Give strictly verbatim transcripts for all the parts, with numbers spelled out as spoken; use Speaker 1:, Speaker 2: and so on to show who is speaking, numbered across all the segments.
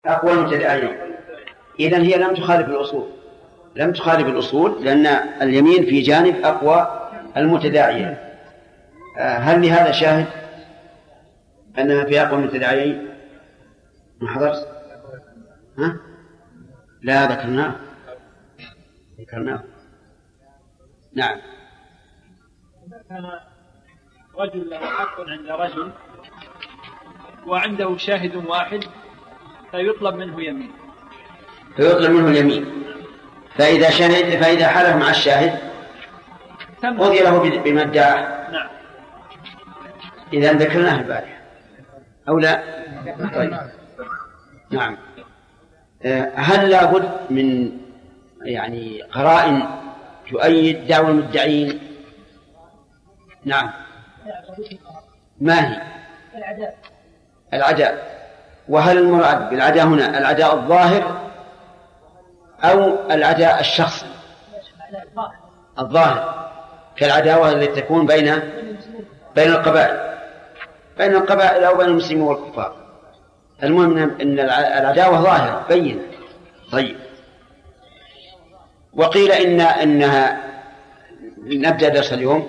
Speaker 1: أقوى المتداعين. إذن هي لم تخالف الأصول لم تخالف الأصول لأن اليمين في جانب أقوى المتداعين. هل لهذا شاهد أنها في أقوى المتداعين؟ ما حضرت؟ ها؟ لا ذكرناه ذكرناه نعم.
Speaker 2: إذا كان رجل له حق عند رجل وعنده شاهد واحد فيطلب منه يمين
Speaker 1: فيطلب منه اليمين فإذا شهد فإذا حلف مع الشاهد قضي له بما ادعاه.
Speaker 2: نعم.
Speaker 1: إذا ذكرناه البارحة أو لا؟ طيب. نعم. هل لا بد من يعني قرائن تؤيد دعوى المدعين؟ نعم. ما هي؟
Speaker 3: العداء.
Speaker 1: العداء. وهل المراد بالعداء هنا العداء الظاهر أو العداء الشخصي؟ الظاهر كالعداوة التي تكون بين بين القبائل بين القبائل أو بين المسلمين والكفار. المهم أن العداوة ظاهرة بين. طيب. وقيل إن إنها نبدأ درس اليوم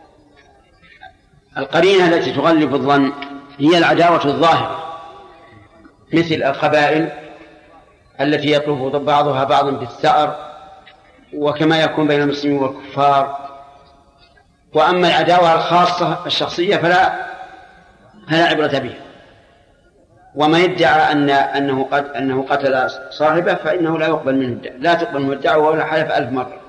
Speaker 1: القرينة التي تغلب الظن هي العداوة الظاهرة مثل القبائل التي يطلب بعضها بعضا بالثأر وكما يكون بين المسلمين والكفار. وأما العداوة الخاصة الشخصية فلا فلا عبرة بها. وما يدعى أن أنه قد أنه قتل صاحبه فإنه لا يقبل منه لا تقبل منه الدعوة ولا حلف ألف مرة.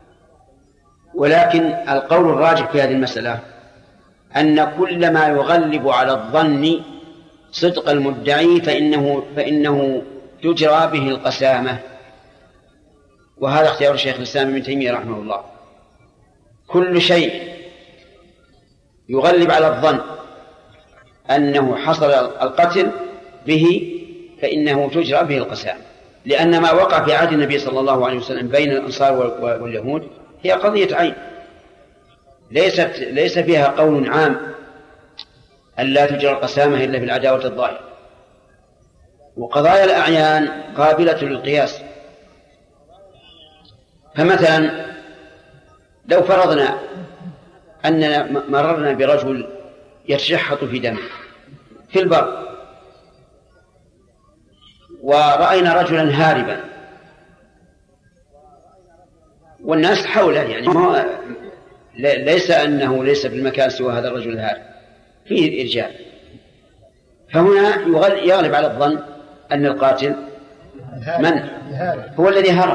Speaker 1: ولكن القول الراجح في هذه المسألة أن كل ما يغلب على الظن صدق المدعي فإنه فإنه تجرى به القسامة. وهذا اختيار الشيخ الإسلام ابن تيمية رحمه الله. كل شيء يغلب على الظن أنه حصل القتل به فإنه تجرى به القسامة. لأن ما وقع في عهد النبي صلى الله عليه وسلم بين الأنصار واليهود هي قضية عين ليست ليس فيها قول عام أن لا تجرى القسامة إلا في العداوة الظاهرة. وقضايا الأعيان قابلة للقياس. فمثلا لو فرضنا أننا مررنا برجل يتشحط في دمه في البر ورأينا رجلا هاربا والناس حوله يعني ما ليس أنه ليس في المكان سوى هذا الرجل الهارب فيه إرجال. فهنا يغلب على الظن أن القاتل من هو الذي هرب.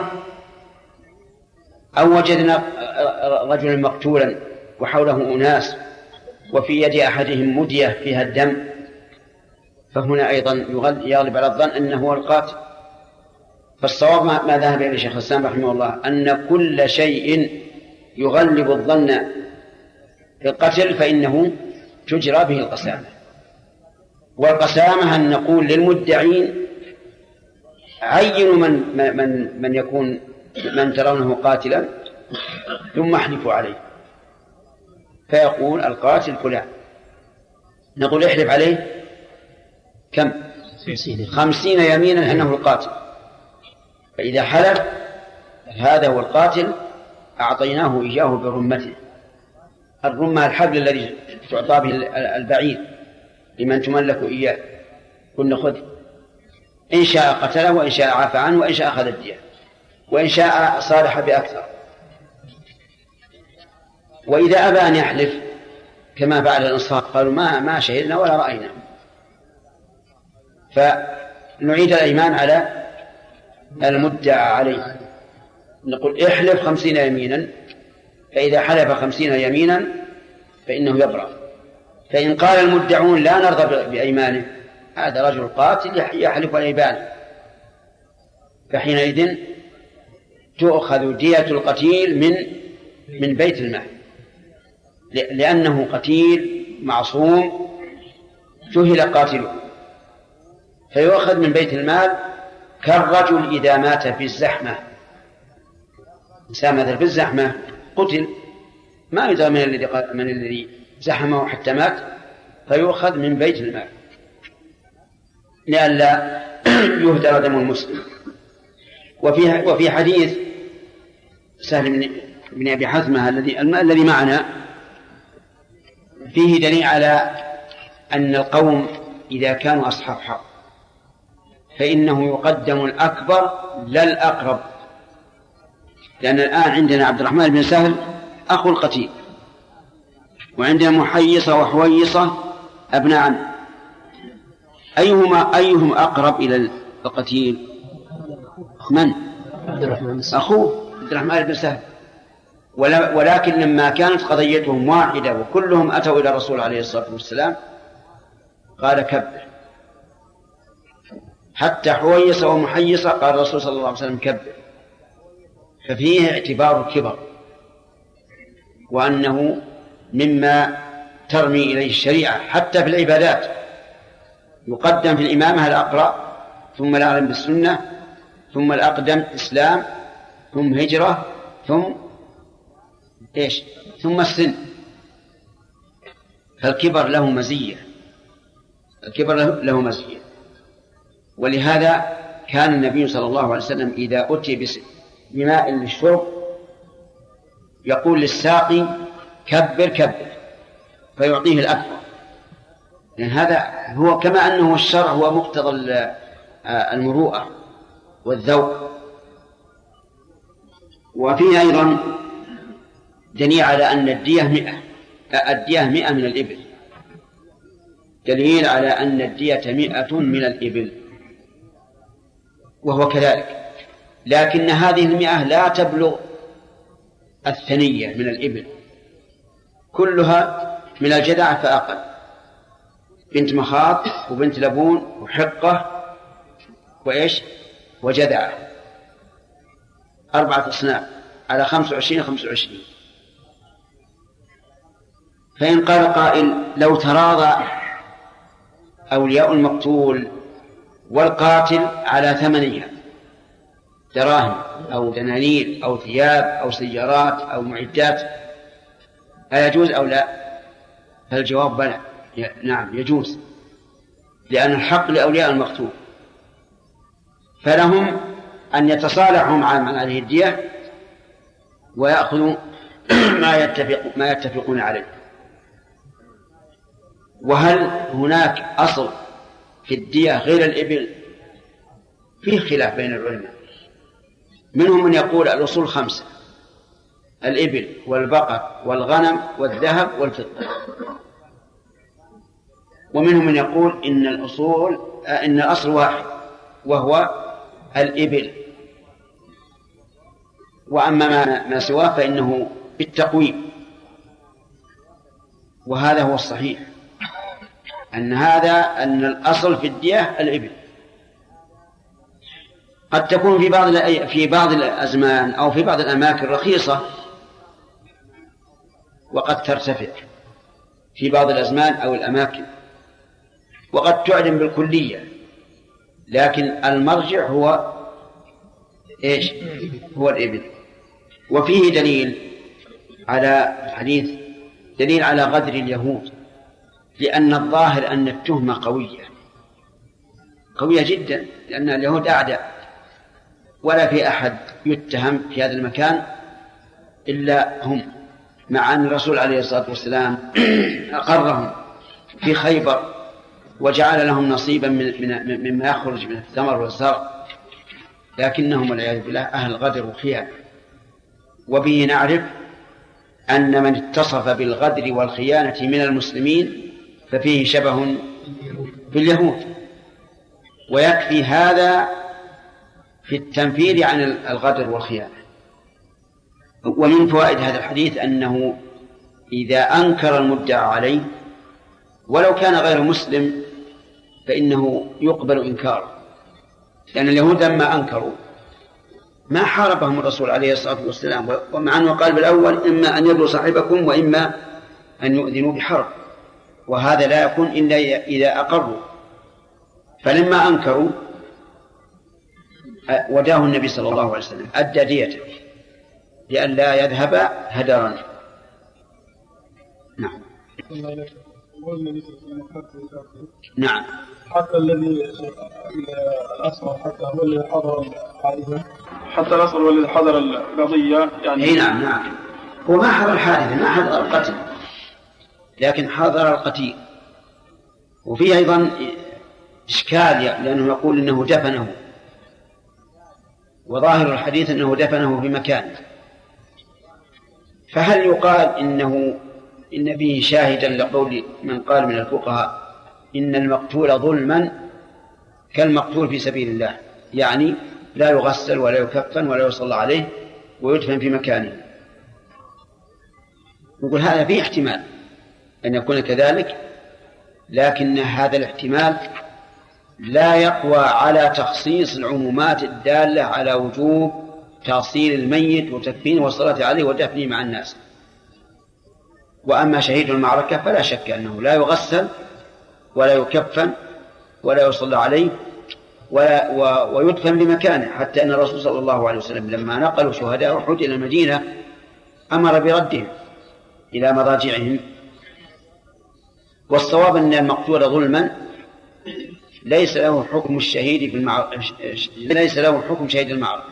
Speaker 1: أو وجدنا رجلا مقتولا وحوله أناس وفي يد أحدهم مدية فيها الدم فهنا أيضا يغلب على الظن أنه هو القاتل. فالصواب ما ذهب إليه الشيخ الإسلام رحمه الله أن كل شيء يغلب الظن في القتل فإنه تجرى به القسامة. والقسامة أن نقول للمدعين عينوا من, من, من يكون من ترونه قاتلا ثم احلفوا عليه. فيقول القاتل فلان نقول احلف عليه كم؟ خمسين يمينا أنه القاتل. فإذا حلف هذا هو القاتل أعطيناه إياه برمته. الرمة الحبل الذي تعطى به البعير لمن تملك إياه كنا خذ إن شاء قتله وإن شاء عفى عنه وإن شاء أخذ الدية وإن شاء صالح بأكثر. وإذا أبى أن يحلف كما فعل الأنصار قالوا ما ما شهدنا ولا رأينا فنعيد الأيمان على المدعى عليه. نقول احلف خمسين يمينا فإذا حلف خمسين يمينا فإنه يبرأ. فإن قال المدعون لا نرضى بأيمانه هذا رجل قاتل يحلف الأيمان فحينئذ تؤخذ دية القتيل من من بيت المال لأنه قتيل معصوم جهل قاتله فيؤخذ من بيت المال كالرجل إذا مات في الزحمة. إنسان مثل في الزحمة قتل ما يدرى من الذي من الذي زحمه حتى مات فيؤخذ من بيت المال لئلا يهدر دم المسلم. وفي وفي حديث سهل بن أبي حثمة الذي الذي معنا فيه دليل على أن القوم إذا كانوا أصحاب حق فإنه يقدم الأكبر لا الأقرب، لأن الآن عندنا عبد الرحمن بن سهل أخو القتيل، وعندنا محيصة وحويصة أبناء عم، أيهما أيهم أقرب إلى القتيل؟ من؟ أخوه عبد الرحمن بن سهل. ولكن لما كانت قضيتهم واحدة وكلهم أتوا إلى الرسول عليه الصلاة والسلام قال كبر، حتى حويصة ومحيصة قال الرسول صلى الله عليه وسلم كبر، ففيه اعتبار الكبر وأنه مما ترمي إليه الشريعة حتى في العبادات. يقدم في الإمامة الأقرأ، ثم الأعلم بالسنة، ثم الأقدم إسلام، ثم هجرة، ثم إيش؟ ثم السن. فالكبر له مزية، الكبر له مزية. ولهذا كان النبي صلى الله عليه وسلم إذا أتي بماء للشرب يقول للساقي كبر كبر فيعطيه الأكبر، لأن هذا هو كما أنه الشرع هو مقتضى المروءة والذوق. وفيه أيضا دليل على أن الدية مئة الدية مئة من الإبل، دليل على أن الدية مئة من الإبل، وهو كذلك، لكن هذه المئة لا تبلغ الثنية من الإبل، كلها من الجدع فأقل، بنت مخاض وبنت لبون وحقة وإيش وجدعة، أربعة أصناف على خمس وعشرين خمس وعشرين. فإن قال قائل لو تراضى أولياء المقتول والقاتل على ثمنها دراهم أو دنانير أو ثياب أو سيارات أو معدات أيجوز أو لا؟ فالجواب بلى، نعم يجوز، لأن الحق لأولياء المقتول، فلهم أن يتصالحوا مع هذه الدية ويأخذوا ما يتفق ما يتفقون عليه. وهل هناك أصل في الدية غير الإبل؟ فيه خلاف بين العلماء، منهم من يقول الأصول خمسة: الإبل والبقر والغنم والذهب والفضة، ومنهم من يقول إن الأصول إن الأصل واحد وهو الإبل، وأما ما, ما سواه فإنه بالتقويم. وهذا هو الصحيح، أن هذا أن الأصل في الدية الإبل. قد تكون في بعض في بعض الأزمان أو في بعض الأماكن رخيصة وقد ترتفع في بعض الأزمان أو الأماكن، وقد تعلم بالكلية، لكن المرجع هو إيش؟ هو الإبل. وفيه دليل على الحديث دليل على غدر اليهود، لأن الظاهر أن التهمة قوية قوية جدا، لأن اليهود أعداء ولا في أحد يتهم في هذا المكان إلا هم، مع أن الرسول عليه الصلاة والسلام أقرهم في خيبر وجعل لهم نصيبا من مما يخرج من الثمر والزرع، لكنهم والعياذ بالله أهل غدر وخيانة. وبه نعرف أن من اتصف بالغدر والخيانة من المسلمين ففيه شبه باليهود، ويكفي هذا في التنفير عن الغدر والخيانة. ومن فوائد هذا الحديث أنه إذا أنكر المدعى عليه ولو كان غير مسلم فإنه يقبل إنكاره، لأن اليهود لما أنكروا ما حاربهم الرسول عليه الصلاة والسلام، ومع أنه قال بالأول إما أن يروا صاحبكم وإما أن يؤذنوا بحرب، وهذا لا يكون إلا إذا أقروا. فلما أنكروا وداه النبي صلى الله عليه وسلم أدى ديته لأن لا يذهب هدرا. نعم. نعم.
Speaker 3: حتى الذي الأصغر حتى هو الذي حضر الحادثة حتى الأصغر هو الذي حضر القضية يعني.
Speaker 1: أي نعم نعم. هو ما حضر الحادثة، ما حضر القتل، لكن حضر القتيل. وفيه أيضا إشكال لأنه يقول إنه دفنه، وظاهر الحديث أنه دفنه في مكانه، فهل يقال إنه إن فيه شاهدا لقول من قال من الفقهاء إن المقتول ظلما كالمقتول في سبيل الله، يعني لا يغسل ولا يكفن ولا يصلى عليه ويدفن في مكانه؟ نقول هذا فيه احتمال أن يكون كذلك، لكن هذا الاحتمال لا يقوى على تخصيص العمومات الدالة على وجوب تأصيل الميت وتكفينه والصلاة عليه ودفنه مع الناس. وأما شهيد المعركة فلا شك أنه لا يغسل ولا يكفن ولا يصلى عليه ولا ويدفن بمكانه، حتى أن الرسول صلى الله عليه وسلم لما نقلوا شهداء أحد إلى المدينة أمر بردهم إلى مضاجعهم. والصواب أن المقتول ظلما ليس له حكم الشهيد في المعركة، ليس له حكم شهيد المعركة،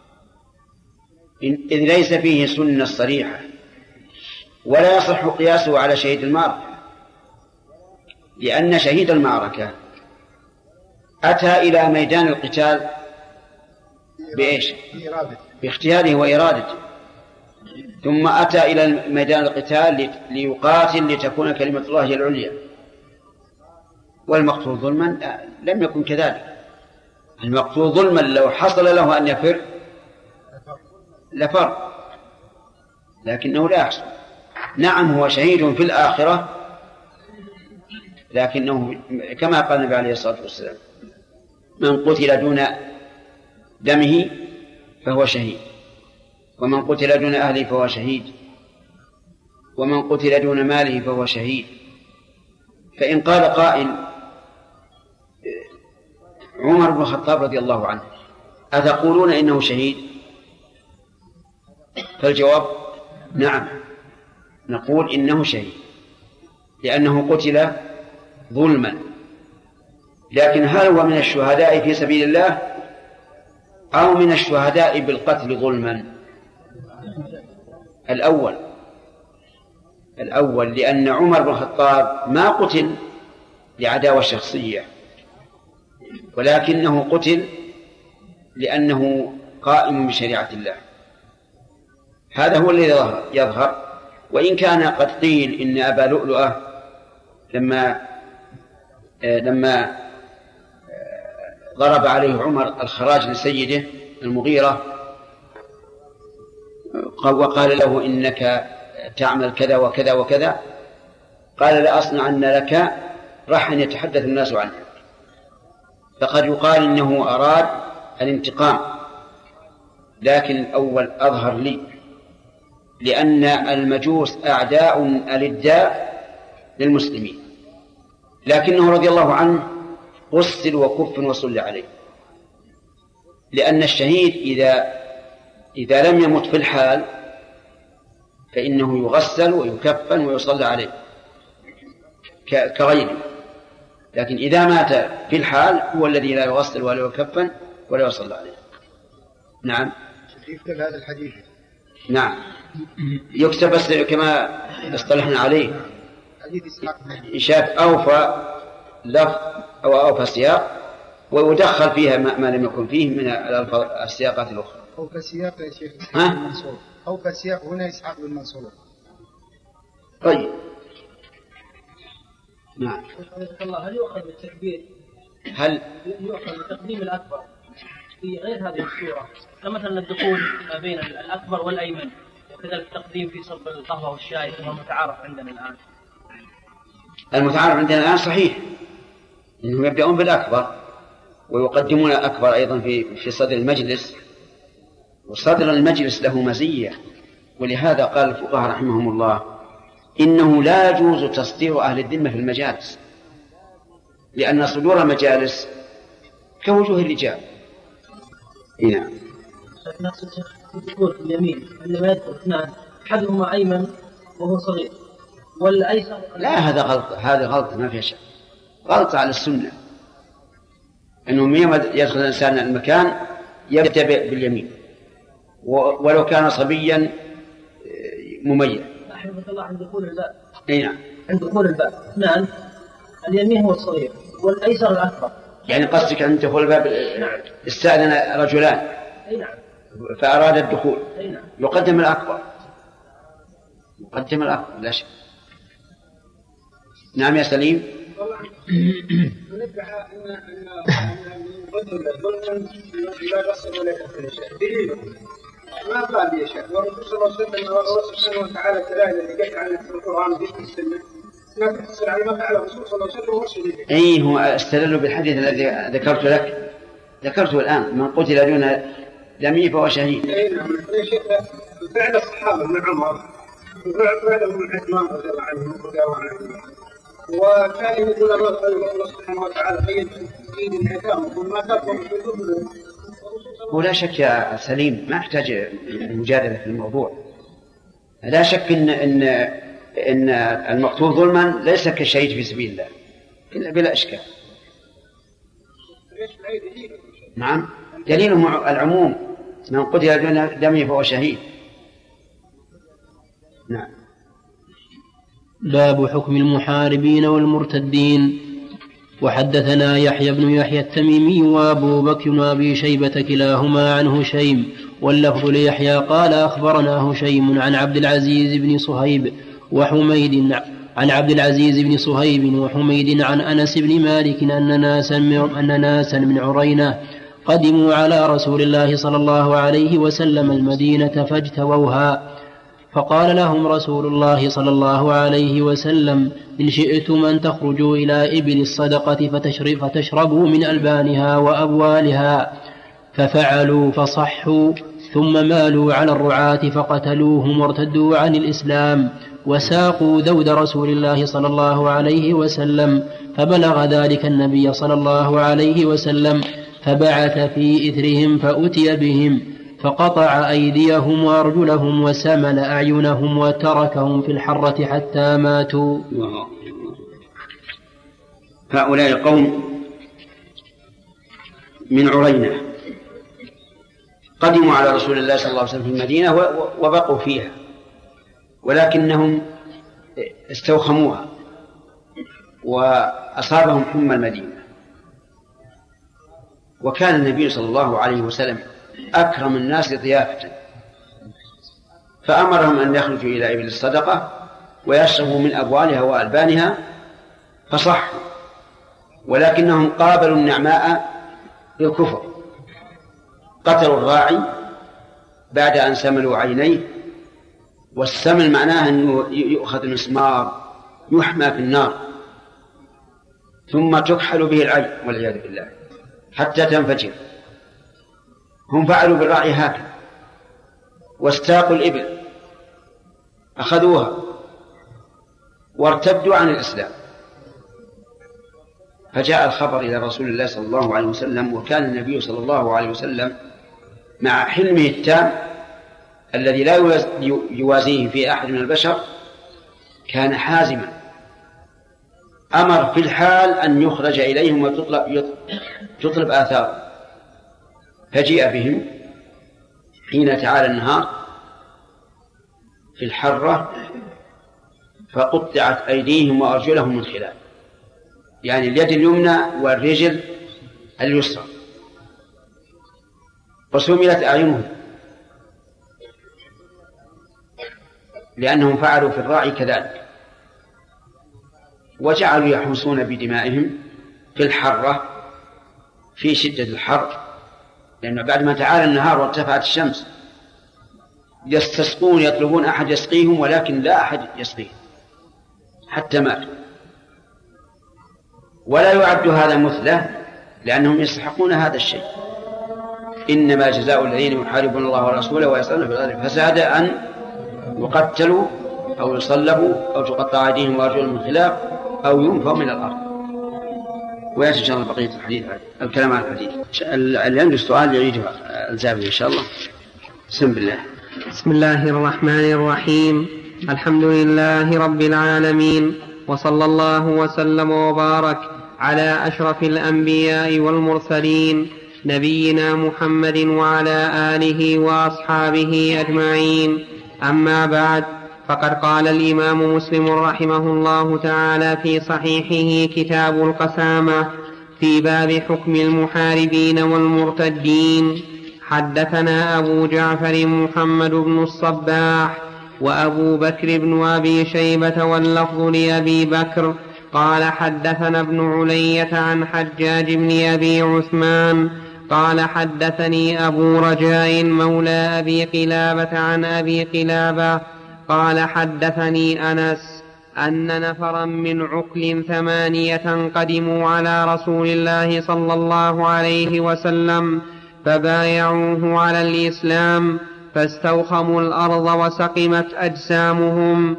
Speaker 1: إذ ليس فيه سنة صريحة، ولا يصح قياسه على شهيد المعركة، لأن شهيد المعركة أتى إلى ميدان القتال بإيش؟ باختياره وإرادته، ثم أتى إلى ميدان القتال ليقاتل لتكون كلمة الله هي العليا. والمقتول ظلما لم يكن كذلك. المقتول ظلما لو حصل له أن يفر لفر، لكنه لا يحصل. نعم هو شهيد في الآخرة، لكنه كما قال النبي عليه الصلاة والسلام من قتل دون دمه فهو شهيد، ومن قتل دون أهله فهو شهيد، ومن قتل دون ماله فهو شهيد. فإن قال قائل عمر بن الخطاب رضي الله عنه أتقولون إنه شهيد؟ فالجواب نعم، نقول إنه شهيد لأنه قتل ظلما. لكن هل هو من الشهداء في سبيل الله أو من الشهداء بالقتل ظلما؟ الأول الأول لأن عمر بن الخطاب ما قتل لعداوة شخصية، ولكنه قتل لأنه قائم بشريعة الله. هذا هو الذي يظهر. وإن كان قد قيل إن أبا لؤلؤة لما لما ضرب عليه عمر الخراج لسيده المغيرة وقال له إنك تعمل كذا وكذا وكذا، قال لأصنعن لك رحا يتحدث الناس عنه. فقد يقال إنه أراد الانتقام، لكن الأول أظهر لي، لأن المجوس أعداء ألداء للمسلمين، لكنه رضي الله عنه غسل وكفن وصلى عليه، لأن الشهيد إذا إذا لم يمت في الحال فإنه يغسل ويكفن ويصلى عليه كغيره، لكن إذا مات في الحال هو الذي لا يغسل ولا يكفن ولا يصلى عليه. نعم
Speaker 4: يكتب هذا الحديث.
Speaker 1: نعم يكتب بس كما اصطلحنا عليه، شاف أوفى لفظ أو أوفى سياق ويدخل فيها ما لم يكن فيه من السياقات الأخرى.
Speaker 4: أوفى سياق يا شيخ
Speaker 1: ها؟
Speaker 4: أوفى سياق هنا إسحاق بن منصور.
Speaker 1: طيب نعم.
Speaker 2: الله هل يؤخذ بالتكبير؟
Speaker 1: هل
Speaker 2: يؤخذ بتقديم الأكبر في غير هذه الصورة، كمثلا الدخول ما بين الأكبر والأيمن، وكذلك التقديم في صب القهوة والشاي كما متعارف عندنا الآن؟
Speaker 1: المتعارف عندنا الآن صحيح إنهم يبدأون بالأكبر ويقدمون الأكبر أيضا في في صدر المجلس، وصدر المجلس له مزية، ولهذا قال الفقهاء رحمهم الله إنه لا يجوز تصدير أهل الذمة في المجالس، لأن صدور المجالس كوجوه الرجال. نعم.
Speaker 2: يقول في اليمين عندما يدخل اثنان أحدهما أيمن وهو صغير والأيسر
Speaker 1: لا، هذا غلط، هذا غلط ما فيها شك، غلط على السنة، أنه يدخل الإنسان المكان يبدأ باليمين ولو كان صبيا مميز.
Speaker 2: أحبك الله عند دخول الباب.
Speaker 1: أي نعم.
Speaker 2: عند دخول الباب. نعم. اليمين هو الصغير والأيسر الأكبر.
Speaker 1: يعني قصدك عند دخول الباب استأذن رجلان.
Speaker 2: أي نعم.
Speaker 1: فأراد الدخول.
Speaker 2: أي نعم.
Speaker 1: يقدم الأكبر. يقدم الأكبر لا شك. نعم يا سليم.
Speaker 3: ندعى أن أن الرجل ظلما لا يصل ولا يكفي شيء. ما قال لي شيء، والرسول صلى الله عليه وسلم الله سبحانه وتعالى الدلائل التي جاءت عنها في القرآن في السنة لا تحصل على ما فعله الرسول صلى الله عليه وسلم ومرسله.
Speaker 1: أي هو استدل بالحديث الذي ذكرت لك، ذكرته الآن، من قتل دون دمه فهو شهيد.
Speaker 3: أي نعم. فعل الصحابة من عمر وفعله من عثمان رضي الله عنه وكان يقول الله سبحانه وتعالى قيد دين الحكام وما تقوم بالظلم.
Speaker 1: ولا شك يا سليم ما يحتاج مجادلة في الموضوع. لا شك إن إن إن المقتول ظلما ليس كشهيد في سبيل الله إلا بلا إشكال. نعم. دليله العموم، من قتل دون دمه فهو شهيد. نعم.
Speaker 5: باب حكم المحاربين والمرتدين. وحدثنا يحيى بن يحيى التميمي وأبو بكر وأبي شيبة كلاهما عن هشيم، واللفظ ليحيى قال أخبرنا هشيم عن عبد العزيز بن صهيب وحميد عن عبد العزيز بن صهيب وحميد عن أنس بن مالك أن ناسا أن ناسا من عرينة قدموا على رسول الله صلى الله عليه وسلم المدينة فاجتووها، فقال لهم رسول الله صلى الله عليه وسلم إن شئتم أن تخرجوا إلى إبل الصدقة فتشربوا من ألبانها وأبوالها، ففعلوا فصحوا، ثم مالوا على الرعاة فقتلوهم وارتدوا عن الإسلام، وساقوا ذود رسول الله صلى الله عليه وسلم، فبلغ ذلك النبي صلى الله عليه وسلم، فبعث في إثرهم فأتي بهم فقطع أيديهم وأرجلهم وسمل أعينهم وتركهم في الحرة حتى ماتوا.
Speaker 1: هؤلاء قوم من عرينة قدموا على رسول الله صلى الله عليه وسلم في المدينة وبقوا فيها، ولكنهم استوخموها وأصابهم حمى المدينة، وكان النبي صلى الله عليه وسلم أكرم الناس ضيافة، فأمرهم أن يخرجوا إلى إبل الصدقة ويشربوا من أبوالها وألبانها فصحوا، ولكنهم قابلوا النعماء بالكفر، قتلوا الراعي بعد أن سملوا عينيه، والسمل معناه أنه يؤخذ مسمار يحمى في النار ثم تكحل به العين والعياذ بالله حتى تنفجر. هم فعلوا بالراعي هكذا، واستاقوا الإبل أخذوها وارتدوا عن الإسلام، فجاء الخبر إلى رسول الله صلى الله عليه وسلم، وكان النبي صلى الله عليه وسلم مع حلمه التام الذي لا يوازيه في أحد من البشر كان حازما، أمر في الحال أن يخرج إليهم ويطلب يطلب آثار، فجيء بهم حين تعالى النهار في الحرة فقطعت أيديهم وأرجلهم من خلاف، يعني اليد اليمنى والرجل اليسرى، وسملت أعينهم لأنهم فعلوا في الراعي كذلك، وجعلوا يحوسون بدمائهم في الحرة في شدة الحر، لأنه بعد ما تعالى النهار وارتفعت الشمس يستسقون يطلبون أحد يسقيهم، ولكن لا أحد يسقيهم حتى مات. ولا يعد هذا مثله لأنهم يستحقون هذا الشيء، إنما جزاء الذين يحاربون الله ورسوله ويسعون في الأرض فسادا أن يقتلوا أو يصلبوا أو تقطع أيديهم وأرجلهم من خلاف أو ينفوا من الأرض. ويأتي إن شاء الله بقية الحديث الكلام عن الحديث. اللي عنده السؤال يعيده الزابي إن شاء الله. بسم الله.
Speaker 6: بسم الله الرحمن الرحيم. الحمد لله رب العالمين، وصلى الله وسلم وبارك على أشرف الأنبياء والمرسلين نبينا محمد وعلى آله وأصحابه أجمعين. أما بعد، فقد قال الإمام مسلم رحمه الله تعالى في صحيحه كتاب القسامة في باب حكم المحاربين والمرتدين: حدثنا أبو جعفر محمد بن الصباح وأبو بكر بن أبي شيبة واللفظ لأبي بكر قال حدثنا ابن علية عن حجاج بن أبي عثمان قال حدثني أبو رجاء مولى أبي قلابة عن أبي قلابة قال حدثني أنس أن نفرا من عقل ثمانية قدموا على رسول الله صلى الله عليه وسلم فبايعوه على الإسلام فاستوخموا الأرض وسقمت أجسامهم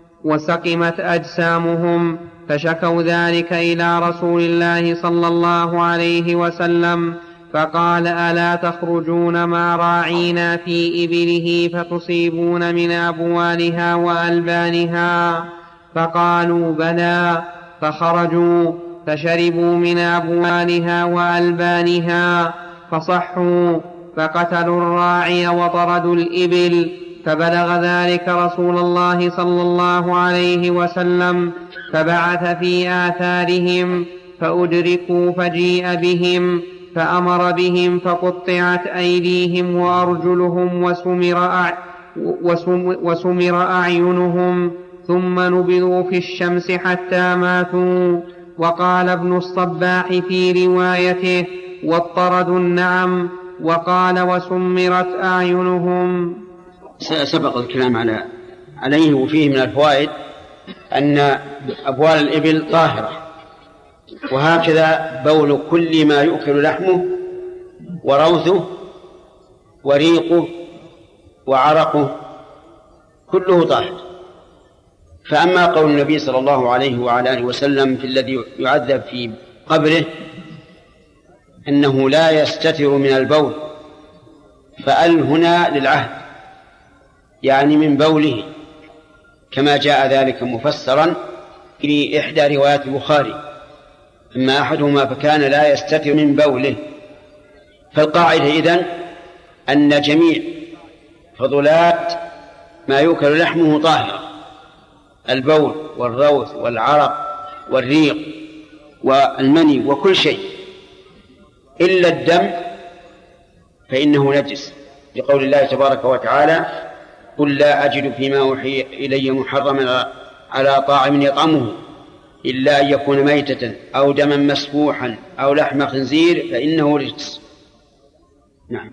Speaker 6: وسقمت أجسامهم فشكوا ذلك إلى رسول الله صلى الله عليه وسلم فقال: ألا تخرجون مع راعينا في إبله فتصيبون من أبوالها وألبانها؟ فقالوا: بلى. فخرجوا فشربوا من أبوالها وألبانها فصحوا فقتلوا الراعي وطردوا الإبل. فبلغ ذلك رسول الله صلى الله عليه وسلم فبعث في آثارهم فأدركوا فجيء بهم فأمر بهم فقطعت أيديهم وأرجلهم وسمر, أع... وسم... وسمر أعينهم ثم نبذوا في الشمس حتى ماتوا. وقال ابن الصباح في روايته: واضطردوا النعم. وقال: وسمرت أعينهم.
Speaker 1: سبق الكلام على عليه. وفيه من الفوائد أن أبوال الإبل طاهرة، وهكذا بول كل ما يؤكل لحمه وروثه وريقه وعرقه كله طاهر. فأما قول النبي صلى الله عليه وعلى آله وسلم في الذي يعذب في قبره أنه لا يستتر من البول، فأل هنا للعهد، يعني من بوله، كما جاء ذلك مفسرا في إحدى روايات البخاري. أما أحدهما فكان لا يستتر من بوله. فالقاعدة إذن أن جميع فضلات ما يؤكل لحمه طاهرة: البول والروث والعرق والريق والمني وكل شيء، إلا الدم فإنه نجس، لقول الله تبارك وتعالى: قل لا أجد فيما أوحي إلي محرما على طاعم يطعمه إلا أن يكون ميتة أو دما مسفوحا أو لحم خنزير فإنه رجس. نعم.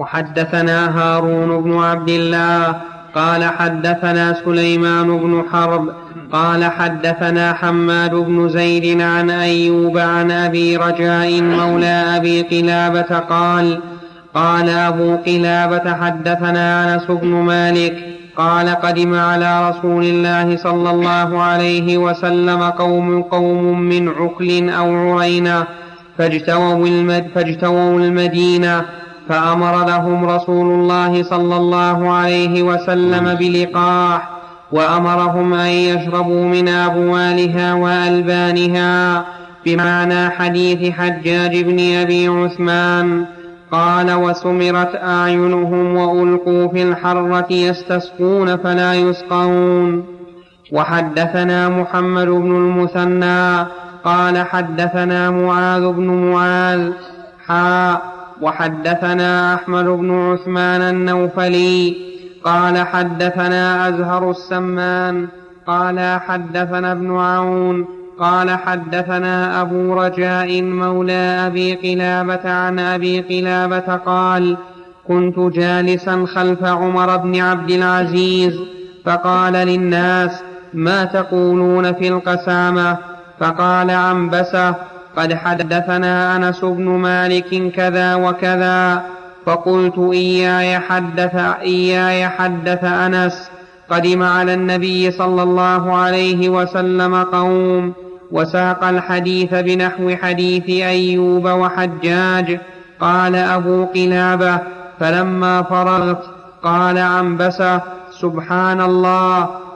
Speaker 6: وحدثنا هارون بن عبد الله قال حدثنا سليمان بن حرب قال حدثنا حماد بن زيد عن أيوب عن أبي رجاء مولى أبي قلابة قال: قال أبو قلابة حدثنا أنس بن مالك قال: قدم على رسول الله صلى الله عليه وسلم قوم قوم من عقل أو عرينة فاجتووا, المد فاجتووا المدينة، فأمر لهم رسول الله صلى الله عليه وسلم بلقاح، وأمرهم أن يشربوا من أبوالها وألبانها، بمعنى حديث حجاج بن أبي عثمان. قال: وسمرت أعينهم وألقوا في الحرة يستسقون فلا يسقون. وحدثنا محمد بن المثنى قال حدثنا معاذ بن معاذ حا وحدثنا أحمد بن عثمان النوفلي قال حدثنا أزهر السمان قال حدثنا ابن عون قال حدثنا أبو رجاء مولى أبي قلابة عن أبي قلابة قال: كنت جالسا خلف عمر بن عبد العزيز فقال للناس: ما تقولون في القسامة؟ فقال عنبسة: قد حدثنا أنس بن مالك كذا وكذا. فقلت: إياي حدث, إياي حدث أنس. قدم على النبي صلى الله عليه وسلم قوم، وساق الحديث بنحو حديث أيوب وحجاج. قال أبو قلابة: فلما فرغت قال عنبسة: سبحان الله،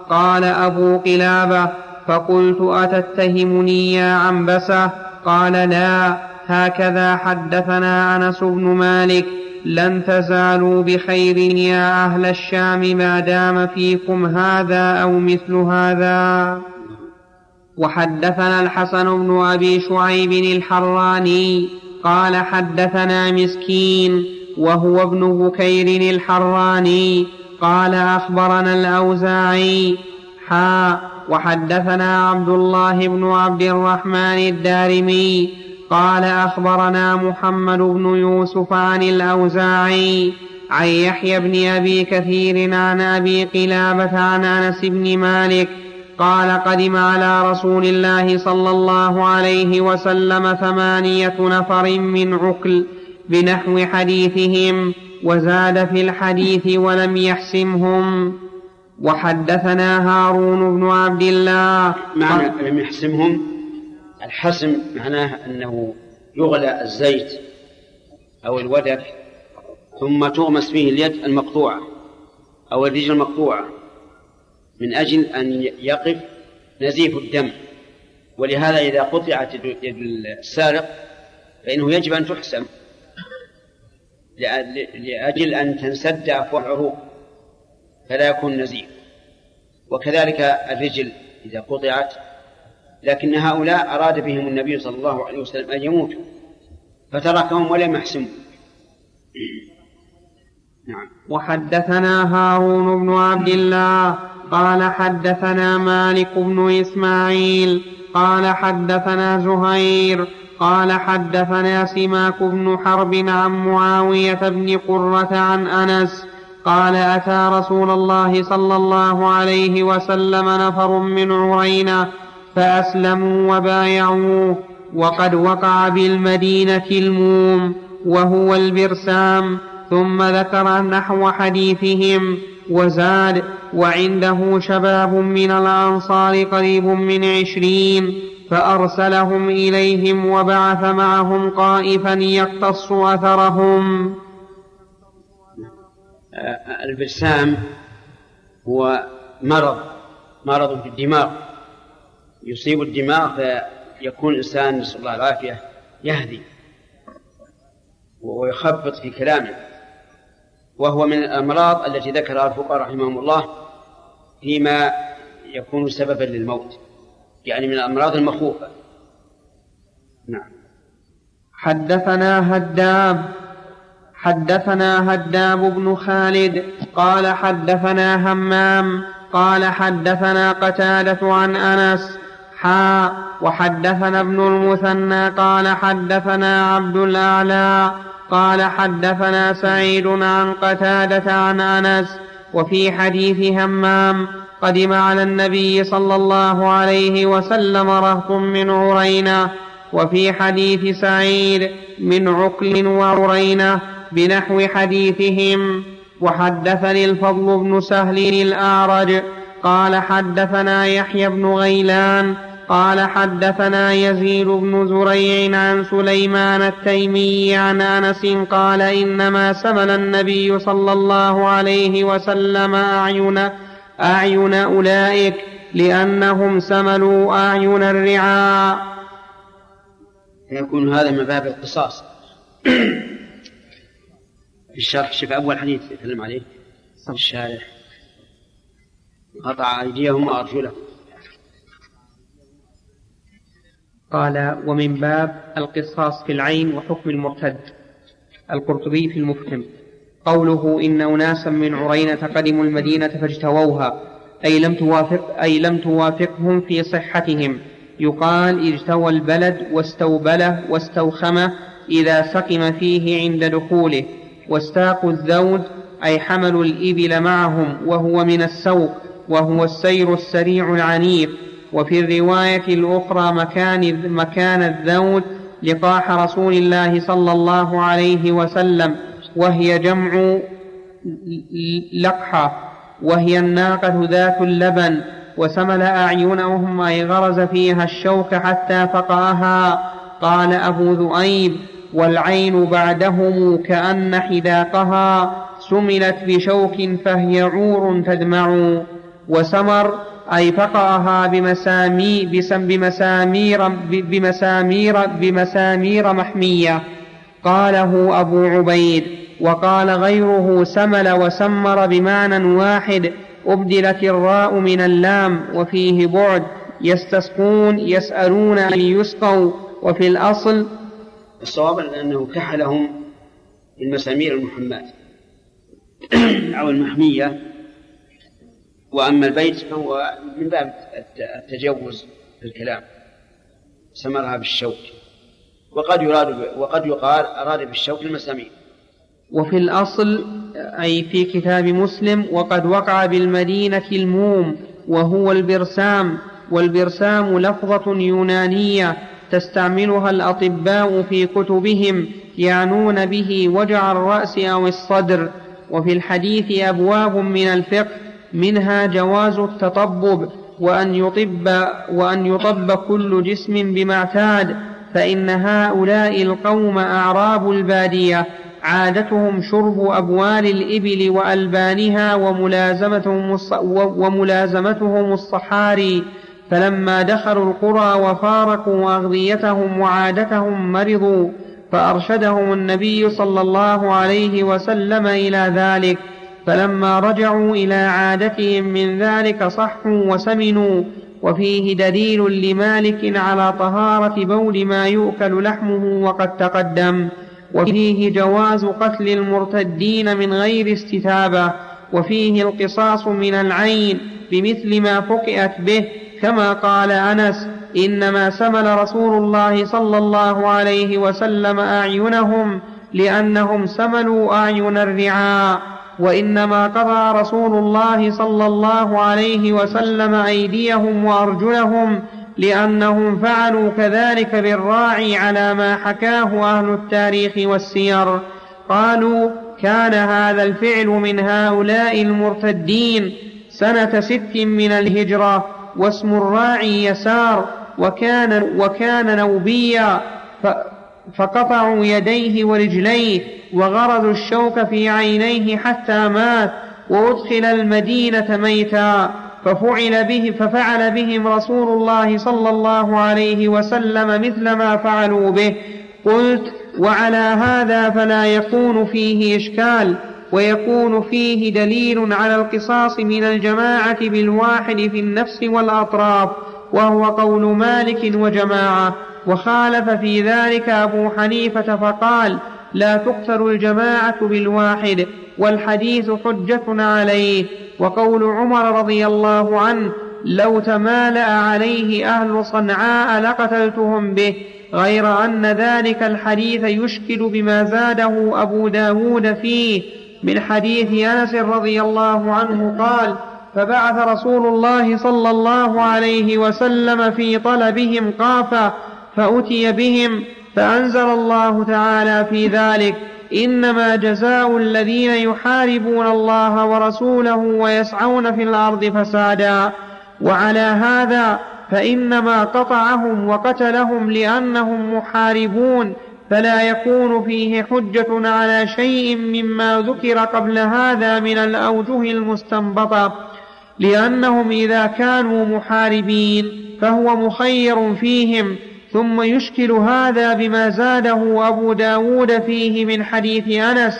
Speaker 6: قال أبو قلابة: فقلت: أتتهمني يا عنبسة؟ قال: لا، هكذا حدثنا أنس بن مالك: لن تزالوا بخير يا أهل الشام ما دام فيكم هذا أو مثل هذا. وحدثنا الحسن بن أبي شعيب الحراني قال حدثنا مسكين وهو ابن بكير الحراني قال أخبرنا الأوزاعي حا وحدثنا عبد الله بن عبد الرحمن الدارمي قال أخبرنا محمد بن يوسف عن الأوزاعي عن يحيى بن أبي كثير عن أبي قلابة عن أنس بن مالك قال: قدم على رسول الله صلى الله عليه وسلم ثمانية نفر من عقل بنحو حديثهم، وزاد في الحديث ولم يحسمهم. وحدثنا هارون بن عبد الله.
Speaker 1: معنى لم يحسمهم، الحسم معناه أنه يغلى الزيت أو الودك ثم تغمس فيه اليد المقطوعة أو الرجل المقطوعة من أجل أن يقف نزيف الدم. ولهذا إذا قطعت يد السارق فإنه يجب أن تحسم لأجل أن تنسد أفواه العروق فلا يكون نزيف. وكذلك الرجل إذا قطعت، لكن هؤلاء أراد بهم النبي صلى الله عليه وسلم أن يموتوا فتركهم ولم يحسموا. نعم.
Speaker 6: وحدثنا هارون بن عبد الله قال حدثنا مالك بن إسماعيل قال حدثنا زهير قال حدثنا سماك بن حرب عن معاوية بن قرة عن أنس قال: أتى رسول الله صلى الله عليه وسلم نفر من عرينة فأسلموا وبايعوه، وقد وقع بالمدينة الموم وهو البرسام، ثم ذكر نحو حديثهم وزاد: وعنده شباب من الأنصار قريب من عشرين، فأرسلهم إليهم وبعث معهم قائفا يقتص أثرهم.
Speaker 1: البرسام هو مرض مرض في الدماغ، يصيب الدماغ فيكون الإنسان نسأل الله العافية يهدي ويخبط في كلامه، وهو من الأمراض التي ذكرها الفقهاء رحمهم الله فيما يكون سببا للموت، يعني من الأمراض المخوفة. نعم.
Speaker 6: حدثنا هداب حدثنا هداب بن خالد قال حدثنا همام قال حدثنا قتادة عن أنس حا وحدثنا ابن المثنى قال حدثنا عبد الأعلى قال حدثنا سعيد عن قتادة عن أنس. وفي حديث همام: قدم على النبي صلى الله عليه وسلم رهط من عرينة. وفي حديث سعيد: من عقل وعرينة بنحو حديثهم. وحدثني الفضل بن سهل الأعرج قال حدثنا يحيى بن غيلان قال حدثنا يزيد بن زريع عن سليمان التيمي عن أنس قال: إنما سمل النبي صلى الله عليه وسلم أعين, أعين أولئك لأنهم سملوا أعين الرعاء.
Speaker 1: يكون هذا من باب القصاص. في الشرح شوف أول حديث يتكلم عليه الشارح: قطع أيديهم وأرجلهم.
Speaker 6: قال: ومن باب القصاص في العين وحكم المرتد. القرطبي في المفهم: قوله إن أناسا من عرينة قدموا المدينة فاجتووها أي لم توافق أي لم توافقهم في صحتهم. يقال اجتوى البلد واستوبله واستوخمه إذا سقم فيه عند دخوله. واستاقوا الذود أي حملوا الإبل معهم وهو من السوق وهو السير السريع العنيف. وفي الرواية الأخرى مكان, مكان الذود لقاح رسول الله صلى الله عليه وسلم، وهي جمع لقحة، وهي الناقة ذات اللبن. وسمل أعينهم أي غرز فيها الشوك حتى فقأها. قال أبو ذؤيب: والعين بعدهم كأن حداقها سملت بشوك فهي عور تدمع. وسمر أي فقرها بمسامي بمسامير, بمسامير, بمسامير محمية. قاله أبو عبيد. وقال غيره سمل وسمر بمعنى واحد، أبدلت الراء من اللام، وفيه بعد. يستسقون يسألون أن يسقوا. وفي الأصل
Speaker 1: الصواب أنه كحلهم بالمسامير المحماة أو المحمية. وأما البيت فهو من باب التجوز في الكلام، سمرها بالشوك، وقد يراد وقد يقال أراد بالشوك المسامير.
Speaker 6: وفي الأصل أي في كتاب مسلم: وقد وقع بالمدينة الموم، وهو البرسام. والبرسام لفظة يونانية تستعملها الأطباء في كتبهم، يعنون به وجع الرأس أو الصدر. وفي الحديث أبواب من الفقه، منها جواز التطبب، وأن يطب, وأن يطب كل جسم بما اعتاد، فإن هؤلاء القوم أعراب البادية، عادتهم شرب أبوال الإبل وألبانها وملازمتهم, وملازمتهم الصحاري. فلما دخلوا القرى وفارقوا أغذيتهم وعادتهم مرضوا، فأرشدهم النبي صلى الله عليه وسلم إلى ذلك، فلما رجعوا إلى عادتهم من ذلك صحوا وسمنوا. وفيه دليل لمالك على طهارة بول ما يؤكل لحمه وقد تقدم. وفيه جواز قتل المرتدين من غير استتابة. وفيه القصاص من العين بمثل ما فقئت به، كما قال أنس: إنما سمل رسول الله صلى الله عليه وسلم أعينهم لأنهم سملوا أعين الرعاء، وإنما قضى رسول الله صلى الله عليه وسلم أيديهم وأرجلهم لأنهم فعلوا كذلك بالراعي، على ما حكاه أهل التاريخ والسير. قالوا: كان هذا الفعل من هؤلاء المرتدين سنة ست من الهجرة، واسم الراعي يسار، وكان, وكان نوبيا، فقطعوا يديه ورجليه وغرزوا الشوك في عينيه حتى مات، وأدخل المدينة ميتا، ففعل, به ففعل بهم رسول الله صلى الله عليه وسلم مثل ما فعلوا به. قلت: وعلى هذا فلا يكون فيه إشكال، ويكون فيه دليل على القصاص من الجماعة بالواحد في النفس والأطراف، وهو قول مالك وجماعة. وخالف في ذلك أبو حنيفة فقال: لا تقتل الجماعة بالواحد، والحديث حجة عليه. وقول عمر رضي الله عنه: لو تمالأ عليه أهل صنعاء لقتلتهم به، غير أن ذلك الحديث يشكل بما زاده أبو داود فيه من حديث أنس رضي الله عنه قال: فبعث رسول الله صلى الله عليه وسلم في طلبهم قافة، فأتي بهم، فأنزل الله تعالى في ذلك: إنما جزاء الذين يحاربون الله ورسوله ويسعون في الأرض فسادا. وعلى هذا فإنما قطعهم وقتلهم لأنهم محاربون، فلا يكون فيه حجة على شيء مما ذكر قبل هذا من الأوجه المستنبطة، لأنهم إذا كانوا محاربين فهو مخير فيهم. ثم يشكل هذا بما زاده أبو داود فيه من حديث أنس،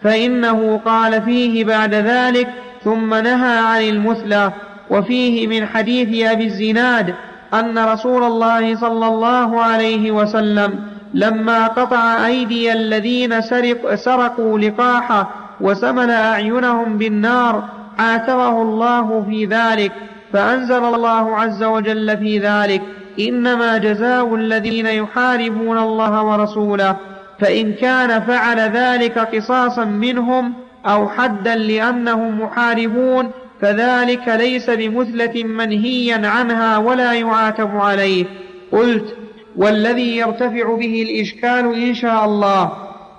Speaker 6: فإنه قال فيه بعد ذلك: ثم نهى عن المثلى. وفيه من حديث أبي الزناد أن رسول الله صلى الله عليه وسلم لما قطع أيدي الذين سرق سرقوا لقاحة وسمن أعينهم بالنار عاتبه الله في ذلك، فأنزل الله عز وجل في ذلك: إنما جزاء الذين يحاربون الله ورسوله. فإن كان فعل ذلك قصاصا منهم أو حدا لأنهم محاربون فذلك ليس بمثلة منهيا عنها ولا يعاتب عليه. قلت: والذي يرتفع به الإشكال إن شاء الله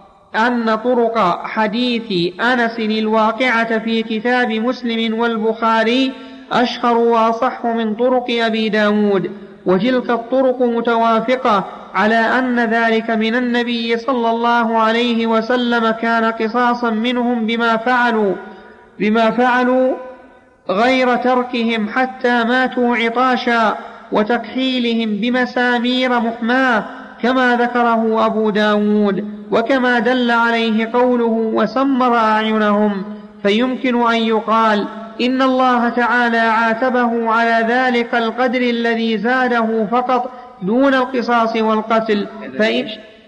Speaker 6: أن طرق حديث أنس الواقعة في كتاب مسلم والبخاري أشهر وأصح من طرق أبي داود، وتلك الطرق متوافقة على أن ذلك من النبي صلى الله عليه وسلم كان قصاصا منهم بما فعلوا بما فعلوا
Speaker 7: غير تركهم حتى ماتوا عطاشا وتكحيلهم بمسامير محماة كما ذكره أبو داود، وكما دل عليه قوله وسمر أعينهم. فيمكن أن يقال إن الله تعالى عاتبه على ذلك القدر الذي زاده فقط دون القصاص والقتل. فإن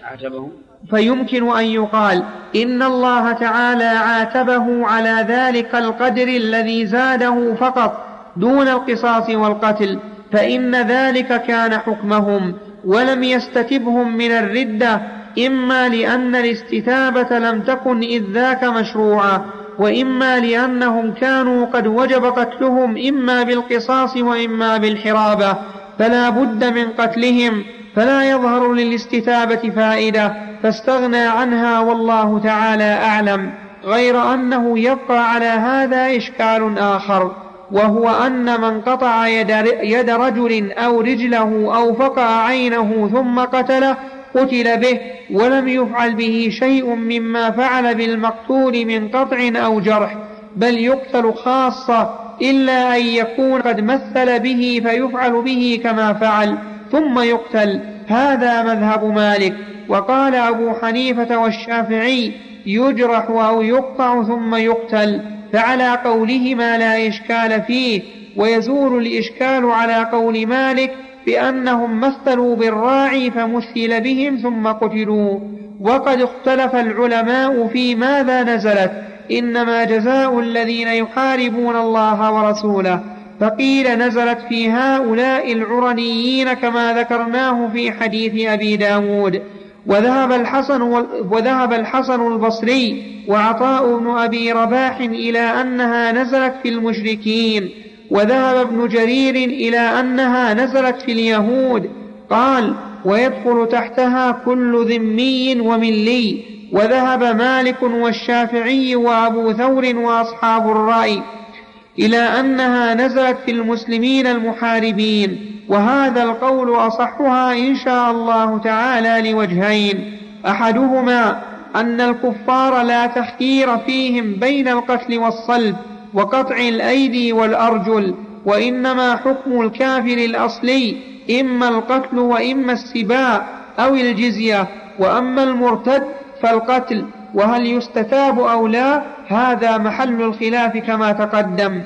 Speaker 7: فيمكن أن يقال إن الله تعالى عاتبه على ذلك القدر الذي زاده فقط دون القصاص والقتل، فإن ذلك كان حكمهم، ولم يستتبهم من الردة، إما لأن الاستتابة لم تكن إذ ذاك مشروعة، وإما لأنهم كانوا قد وجب قتلهم إما بالقصاص وإما بالحرابة، فلا بد من قتلهم، فلا يظهر للاستتابة فائدة فاستغنى عنها، والله تعالى أعلم. غير أنه يبقى على هذا إشكال آخر، وهو أن من قطع يد رجل أو رجله أو فقع عينه ثم قتله قتل به، ولم يفعل به شيء مما فعل بالمقتول من قطع أو جرح، بل يقتل خاصة، إلا أن يكون قد مثل به فيفعل به كما فعل ثم يقتل. هذا مذهب مالك. وقال أبو حنيفة والشافعي يجرح أو يقطع ثم يقتل، فعلى قولهما لا إشكال فيه، ويزول الإشكال على قول مالك بأنهم مثلوا بالراعي فمثل بهم ثم قتلوا. وقد اختلف العلماء في ماذا نزلت، إنما جزاء الذين يحاربون الله ورسوله، فقيل نزلت في هؤلاء العرنيين كما ذكرناه في حديث أبي داود. وذهب الحسن, وذهب الحسن البصري وعطاء بن أبي رباح إلى أنها نزلت في المشركين، وذهب ابن جرير إلى أنها نزلت في اليهود. قال ويدخل تحتها كل ذمي وملي. وذهب مالك والشافعي وأبو ثور وأصحاب الرأي إلى أنها نزلت في المسلمين المحاربين، وهذا القول أصحها إن شاء الله تعالى لوجهين: أحدهما أن الكفار لا تخيير فيهم بين القتل والصلب وقطع الأيدي والأرجل، وإنما حكم الكافر الأصلي إما القتل وإما السباع أو الجزية، وأما المرتد فالقتل، وهل يستتاب أو لا هذا محل الخلاف كما تقدم.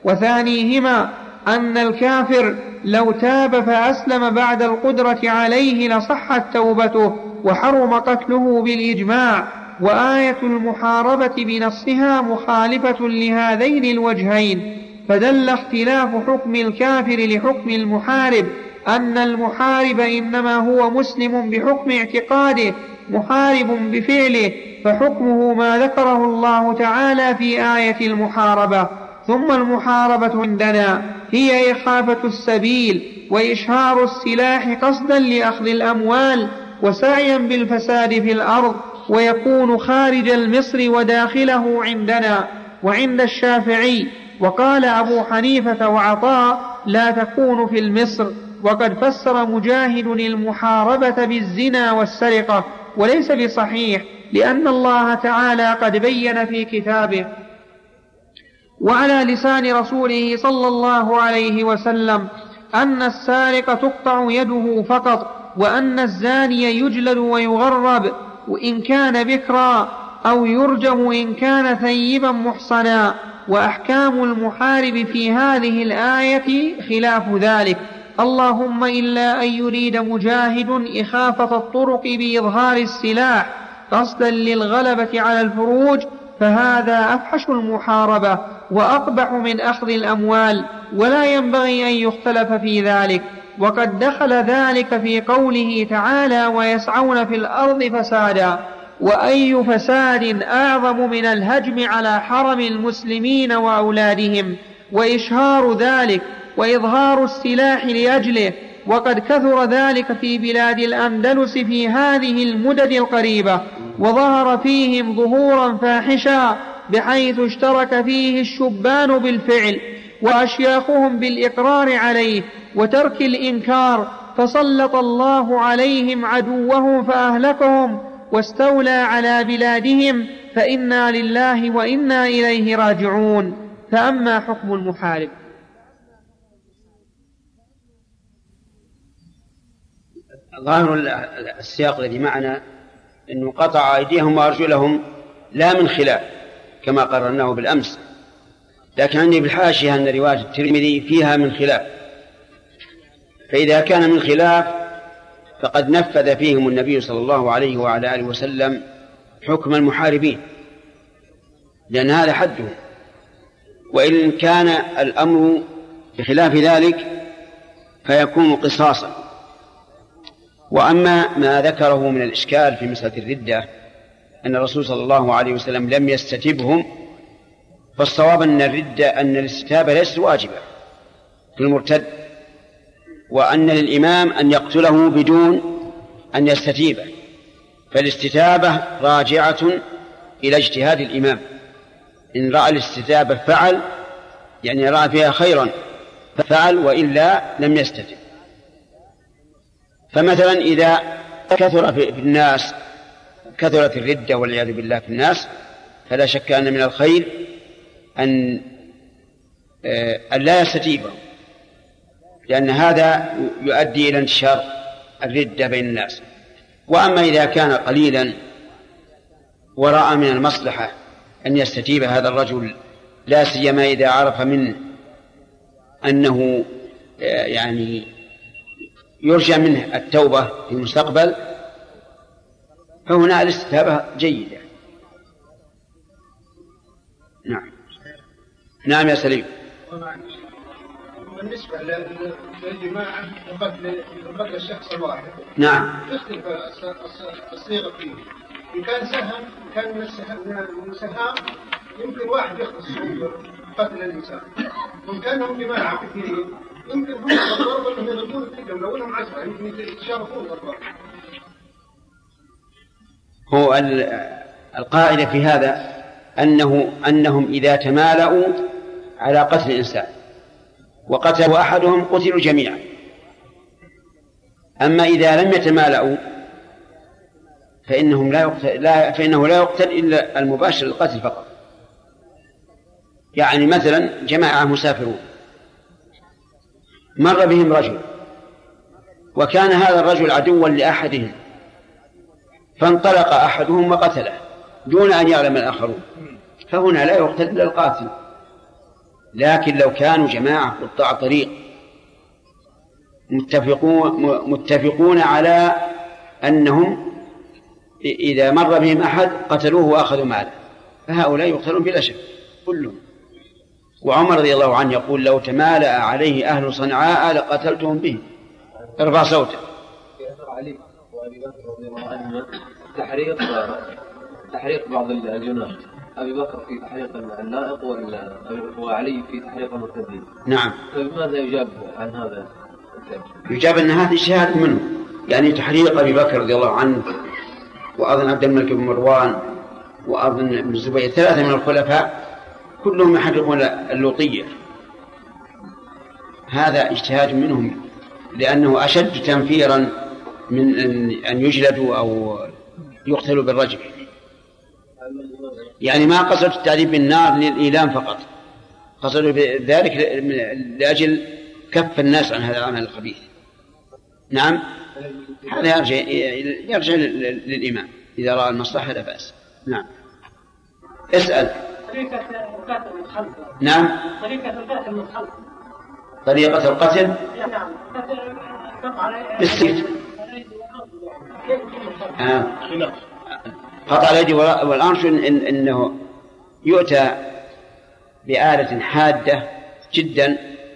Speaker 7: وثانيهما أن الكافر لو تاب فأسلم بعد القدرة عليه لصحت توبته وحرم قتله بالإجماع، وآية المحاربة بنصها مخالفة لهذين الوجهين، فدل اختلاف حكم الكافر لحكم المحارب أن المحارب إنما هو مسلم بحكم اعتقاده محارب بفعله، فحكمه ما ذكره الله تعالى في آية المحاربة. ثم المحاربة عندنا هي إخافة السبيل وإشهار السلاح قصدا لأخذ الأموال وسعيا بالفساد في الأرض، ويكون خارج المصر وداخله عندنا وعند الشافعي. وقال أبو حنيفة وعطاء لا تكون في المصر. وقد فسر مجاهد المحاربة بالزنا والسرقة، وليس بصحيح، لأن الله تعالى قد بين في كتابه وعلى لسان رسوله صلى الله عليه وسلم أن السارق تقطع يده فقط، وأن الزاني يجلد ويغرب وإن كان بكرا، أو يرجم إن كان ثيبا محصنا. وأحكام المحارب في هذه الآية خلاف ذلك، اللهم إلا أن يريد مجاهد إخافة الطرق بإظهار السلاح قصدا للغلبة على الفروج، فهذا أفحش المحاربة وأقبح من أخذ الأموال، ولا ينبغي أن يختلف في ذلك. وقد دخل ذلك في قوله تعالى ويسعون في الأرض فسادا. وأي فساد أعظم من الهجم على حرم المسلمين وأولادهم وإشهار ذلك وإظهار السلاح لأجله؟ وقد كثر ذلك في بلاد الأندلس في هذه المدد القريبة، وظهر فيهم ظهورا فاحشا، بحيث اشترك فيه الشبان بالفعل وأشياخهم بالإقرار عليه وترك الإنكار، فسلط الله عليهم عدوهم فأهلكهم واستولى على بلادهم، فإنا لله وإنا إليه راجعون. فأما حكم المحارب.
Speaker 1: ظاهر السياق الذي معنا أنه قطع أيديهم وأرجلهم لا من خلاف كما قررناه بالأمس، لكن عندي بالحاشية أن رواية الترمذي فيها من خلاف، فإذا كان من خلاف فقد نفذ فيهم النبي صلى الله عليه وعلى آله وسلم حكم المحاربين، لأن هذا حدهم. وإن كان الأمر بخلاف ذلك فيكون قصاصا. وأما ما ذكره من الإشكال في مسألة الردة أن الرسول صلى الله عليه وسلم لم يستتبهم، فالصواب أن الردة أن الاستتابة ليست واجبة في المرتد، وأن للإمام أن يقتله بدون أن يستتيبه، فالاستتابة راجعة إلى اجتهاد الإمام. إن رأى الاستتابة فعل، يعني رأى فيها خيرا ففعل، وإلا لم يستتب. فمثلا إذا كثر في الناس كثرت الردة والعياذ بالله في الناس، فلا شك أن من الخير أن أن لا يستتيبه، لأن هذا يؤدي إلى انتشار الردة بين الناس. وأما إذا كان قليلا ورأى من المصلحة أن يستتيب هذا الرجل، لا سيما إذا عرف منه أنه يعني يرجى منه التوبة في المستقبل، فهنا الاستتابة جيدة. نعم نعم يا سليم.
Speaker 3: بالنسبة للجماعة وقتل الشخص الواحد،
Speaker 1: نعم
Speaker 3: تختلف الصيغة فيه. إن كان سهم كان من السهام يمكن واحد يختص قتل الإنسان، وإن كانهم جماعة كثيرين يمكن هم الضرب أنهم يضربون الكلهم لو أنهم عشرة يمكن يتشاركون ضربهم.
Speaker 1: هو القاعدة في هذا أنه أنهم إذا تمالؤوا على قتل الإنسان وقتلوا أحدهم قتلوا جميعا. أما إذا لم يتمالؤوا فإنهم لا يقتل لا فإنه لا يقتل إلا المباشر القتل فقط. يعني مثلا جماعة مسافرون مر بهم رجل وكان هذا الرجل عدوا لأحدهم، فانطلق أحدهم وقتله دون أن يعلم الآخرون، فهنا لا يقتل إلا القاتل. لكن لو كانوا جماعة قطاع طريق متفقون, متفقون على أنهم إذا مر بهم أحد قتلوه وأخذوا ماله، فهؤلاء يقتلون بلا شك كلهم. وعمر رضي الله عنه يقول لو تمالأ عليه أهل صنعاء لقتلتهم به. ارفع صوته.
Speaker 8: علي وأبي بكر رضي الله عنه تحريق تحريق بعض الجنات، أبي بكر في تحريق النائق وعلي في تحريق المرتدين.
Speaker 1: نعم.
Speaker 8: فماذا يجاب عن هذا؟
Speaker 1: يجاب أن هذا اجتهاد منه، يعني تحريق أبي بكر رضي الله عنه وأظن عبد الملك بن مروان وأظن ابن الزبير، ثلاثة من الخلفاء كلهم يحرقون اللوطية، هذا اجتهاد منهم لأنه أشد تنفيرا من أن يجلدوا أو يقتلوا بالرجم. يعني ما قصدوا التعذيب بالنار للإيلام فقط، قصدوا ذلك لأجل كف الناس عن هذا العمل الخبيث. نعم هذا يرجع, يرجع للإمام إذا رأى المصلحة لا بأس. نعم اسأل.
Speaker 2: طريقة القتل من خلف.
Speaker 1: نعم
Speaker 2: طريقة القتل من خلف.
Speaker 1: طريقة القتل
Speaker 2: نعم
Speaker 1: بالسيف. آه. قطع اليد والأنف إن إنه يؤتى بآلة حادة جدا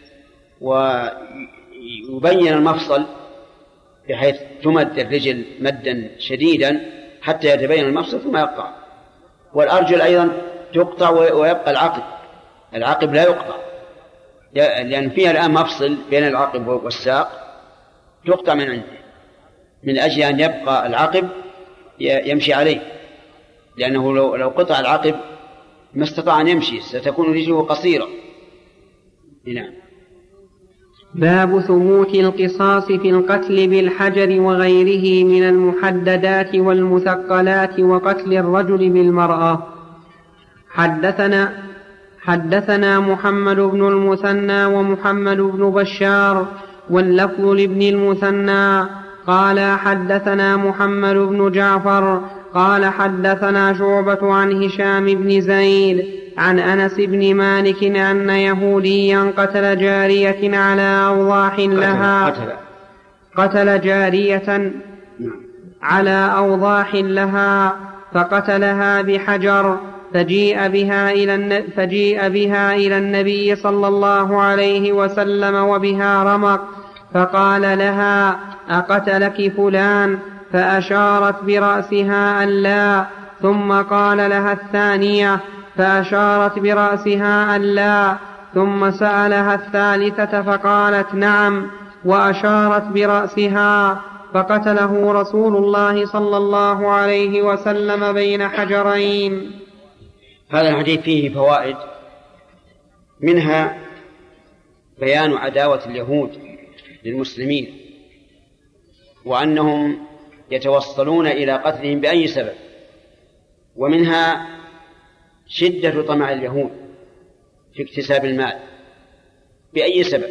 Speaker 1: ويبين المفصل بحيث تمد الرجل مدا شديدا حتى يتبين المفصل ثم يقطع. والأرجل أيضا تقطع ويبقى العقب، العقب لا يقطع لأن فيها الآن مفصل بين العقب والساق تقطع من عنده من أجل أن يبقى العقب يمشي عليه، لأنه لو, لو قطع العقب ما استطاع أن يمشي ستكون رجله قصيرة. نعم.
Speaker 6: باب ثبوت القصاص في القتل بالحجر وغيره من المحددات والمثقلات وقتل الرجل بالمرأة. حدثنا حدثنا محمد بن المثنى ومحمد بن بشار واللفظ لابن المثنى قال حدثنا محمد بن جعفر قال حدثنا شعبة عن هشام بن زيد عن أنس بن مالك أن يهوديا قتل جارية على أوضاح لها
Speaker 1: قتل,
Speaker 6: قتل جارية على أوضاح لها فقتلها بحجر فجيء بها إلى فجيء بها إلى النبي صلى الله عليه وسلم وبها رمق فقال لها أقتلك فلان فأشارت برأسها أن لا ثم قال لها الثانية فأشارت برأسها أن لا ثم سألها الثالثة فقالت نعم وأشارت برأسها فقتله رسول الله صلى الله عليه وسلم بين حجرين.
Speaker 1: هذا الحديث فيه فوائد، منها بيان عداوة اليهود للمسلمين وأنهم يتوصلون إلى قتلهم بأي سبب، ومنها شدة طمع اليهود في اكتساب المال بأي سبب،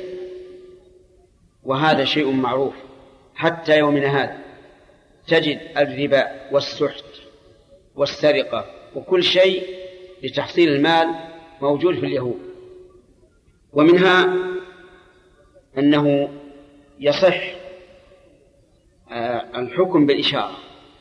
Speaker 1: وهذا شيء معروف حتى يومنا هذا. تجد الربا والسحت والسرقة وكل شيء لتحصيل المال موجود في اليهود. ومنها أنه يصح الحكم بالإشارة،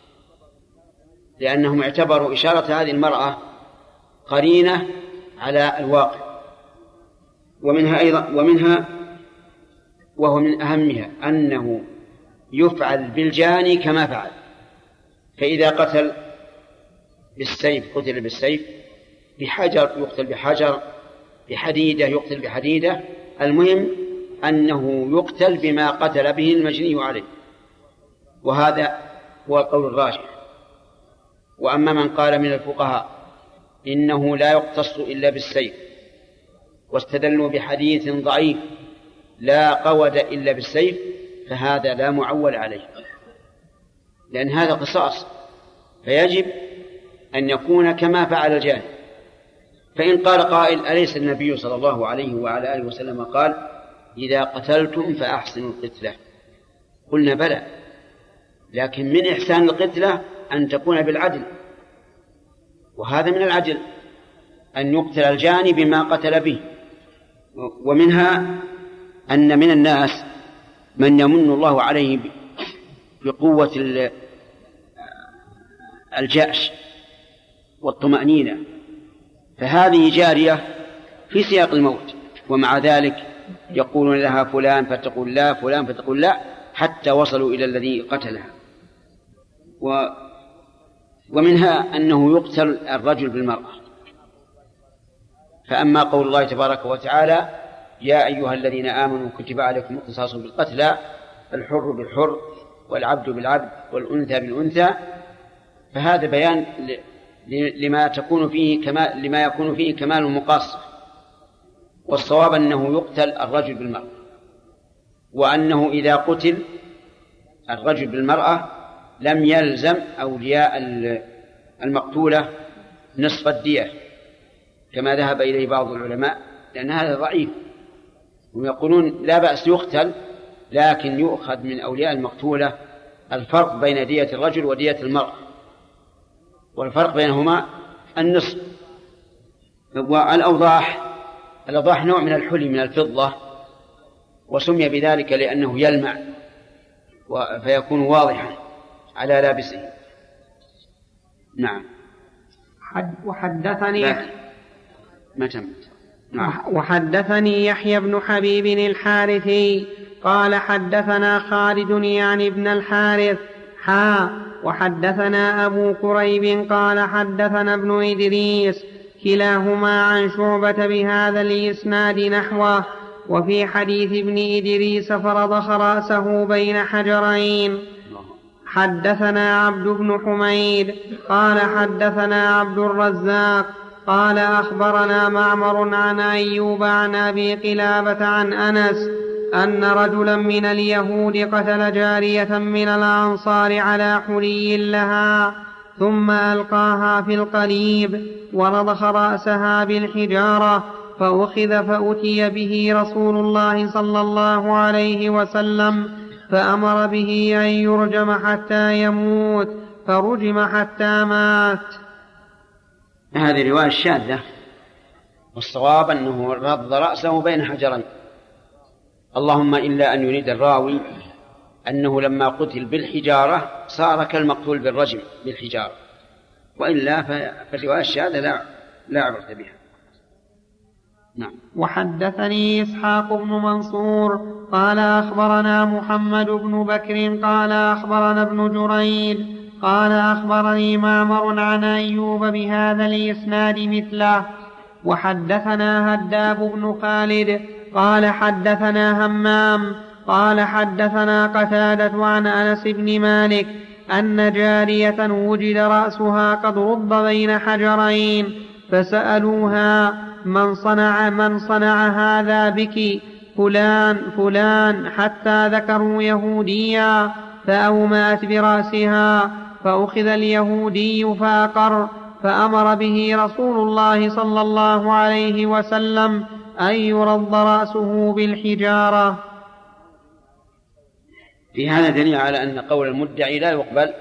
Speaker 1: لأنهم اعتبروا إشارة هذه المرأة قرينة على الواقع. ومنها أيضا ومنها وهو من أهمها أنه يفعل بالجاني كما فعل، فإذا قتل بالسيف قتل بالسيف، بحجر يقتل بحجر، بحديدة يقتل بحديدة، المهم أنه يقتل بما قتل به المجني عليه، وهذا هو القول الراجح. وأما من قال من الفقهاء إنه لا يقتص إلا بالسيف واستدلوا بحديث ضعيف لا قود إلا بالسيف، فهذا لا معول عليه، لأن هذا قصاص، فيجب أن يكون كما فعل الجاني. فإن قال قائل أليس النبي صلى الله عليه وعلى آله وسلم قال إذا قتلتم فأحسنوا القتلة؟ قلنا بلى، لكن من إحسان القتلة أن تكون بالعدل، وهذا من العدل أن يقتل الجاني بما قتل به. ومنها أن من الناس من يمن الله عليه بقوة الجأش والطمأنينة، فهذه جارية في سياق الموت، ومع ذلك يقولون لها فلان فتقول لا، فلان فتقول لا، حتى وصلوا إلى الذي قتلها. و ومنها أنه يقتل الرجل بالمرأة. فأما قول الله تبارك وتعالى يا أيها الذين آمنوا كتب عليكم القصاص بالقتلى الحر بالحر والعبد بالعبد والأنثى بالأنثى، فهذا بيان لما تكون فيه كمال لما يكون فيه كمال المقاصة. والصواب أنه يقتل الرجل بالمرأة، وأنه إذا قتل الرجل بالمرأة لم يلزم أولياء المقتولة نصف الدية كما ذهب إليه بعض العلماء، لأن هذا ضعيف، ويقولون لا بأس يقتل، لكن يؤخذ من أولياء المقتولة الفرق بين دية الرجل ودية المرأة، والفرق بينهما النصف. والأوضاح الأوضاح نوع من الحلي من الفضة، وسمي بذلك لأنه يلمع فيكون واضحا على لابسه. نعم.
Speaker 6: وحدثني
Speaker 1: ما تمت. نعم.
Speaker 6: وحدثني يحيى بن حبيب الحارثي قال حدثنا خالد يعني ابن الحارث حا وحدثنا أبو كريب قال حدثنا ابن إدريس كلاهما عن شعبة بهذا الإسناد نحوه. وفي حديث ابن إدريس فرضخ رأسه بين حجرين. حدثنا عبد بن حميد قال حدثنا عبد الرزاق قال أخبرنا معمر عن أيوب عن أبي قلابة عن أنس أن رجلا من اليهود قتل جارية من الأنصار على حلي لها،
Speaker 7: ثم ألقاها في القليب ورضخ رأسها بالحجارة فأخذ فأتي به رسول الله صلى الله عليه وسلم فأمر به أن يرجم حتى يموت فرجم حتى مات.
Speaker 1: هذه رواية شاذة، والصواب أنه رض رأسه بين حجرين، اللهم إلا أن يريد الراوي أنه لما قتل بالحجارة صار كالمقتول بالرجم بالحجارة، وإلا فالرواية الشاذة لا, لا عبرة بها. نعم.
Speaker 7: وحدثني إسحاق بن منصور قال أخبرنا محمد بن بكر قال أخبرنا ابن جريج قال أخبرني معمر عن أيوب بهذا الإسناد مثله. وحدثنا هداب بن خالد قال حدثنا همام قال حدثنا قتادة عن أنس بن مالك أن جارية وجد رأسها قد رد بين حجرين فسألوها من صنع, من صنع هذا بك؟ فلان فلان، حتى ذكروا يهوديا فأومأت برأسها فأخذ اليهودي فأقر، فأمر به رسول الله صلى الله عليه وسلم أن يرد رأسه بالحجارة.
Speaker 1: في هذا دليل على أن قول المدعي لا يقبل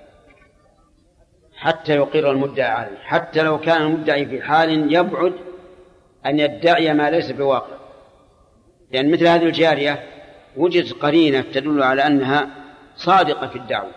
Speaker 1: حتى يقر المدعي عليه، حتى لو كان المدعي في حال يبعد أن يدعي ما ليس بواقع. لأن مثل هذه الجارية وجد قرينة تدل على أنها صادقة في الدعوة.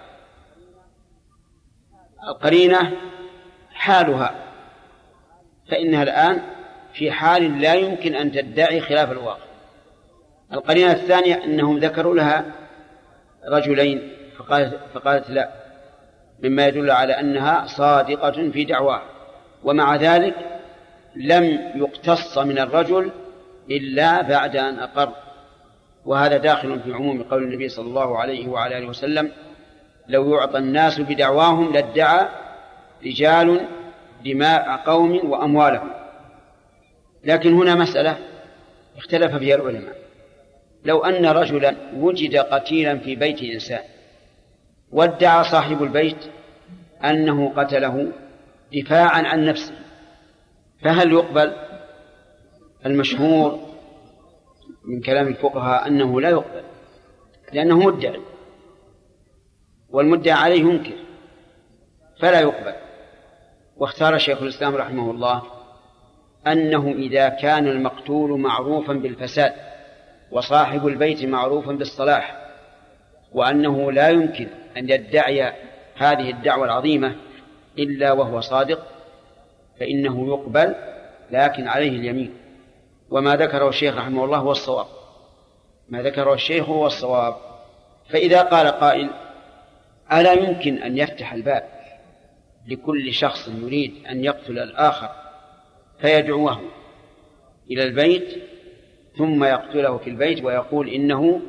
Speaker 1: القرينة حالها، فإنها الآن في حال لا يمكن أن تدعي خلاف الواقع. القرينة الثانية أنهم ذكروا لها رجلين فقالت, فقالت لا، مما يدل على أنها صادقة في دعواها، ومع ذلك لم يقتص من الرجل إلا بعد أن أقر. وهذا داخل في عموم قول النبي صلى الله عليه وعلى آله وسلم: لو يعطى الناس بدعواهم لادعى رجال دماء قوم وأموالهم. لكن هنا مسألة اختلف فيها العلماء. لو أن رجلا وجد قتيلا في بيت إنسان وادعى صاحب البيت أنه قتله دفاعا عن نفسه، فهل يقبل؟ المشهور من كلام الفقهاء أنه لا يقبل، لأنه مدعي، والمدعي عليه ينكر فلا يقبل. واختار شيخ الإسلام رحمه الله أنه إذا كان المقتول معروفا بالفساد وصاحب البيت معروفا بالصلاح، وأنه لا يمكن أن يدعي هذه الدعوة العظيمة إلا وهو صادق، فإنه يقبل، لكن عليه اليمين. وما ذكره الشيخ رحمه الله هو الصواب، ما ذكره الشيخ هو الصواب. فإذا قال قائل: ألا يمكن أن يفتح الباب لكل شخص يريد أن يقتل الآخر فيدعوه إلى البيت ثم يقتله في البيت ويقول إنه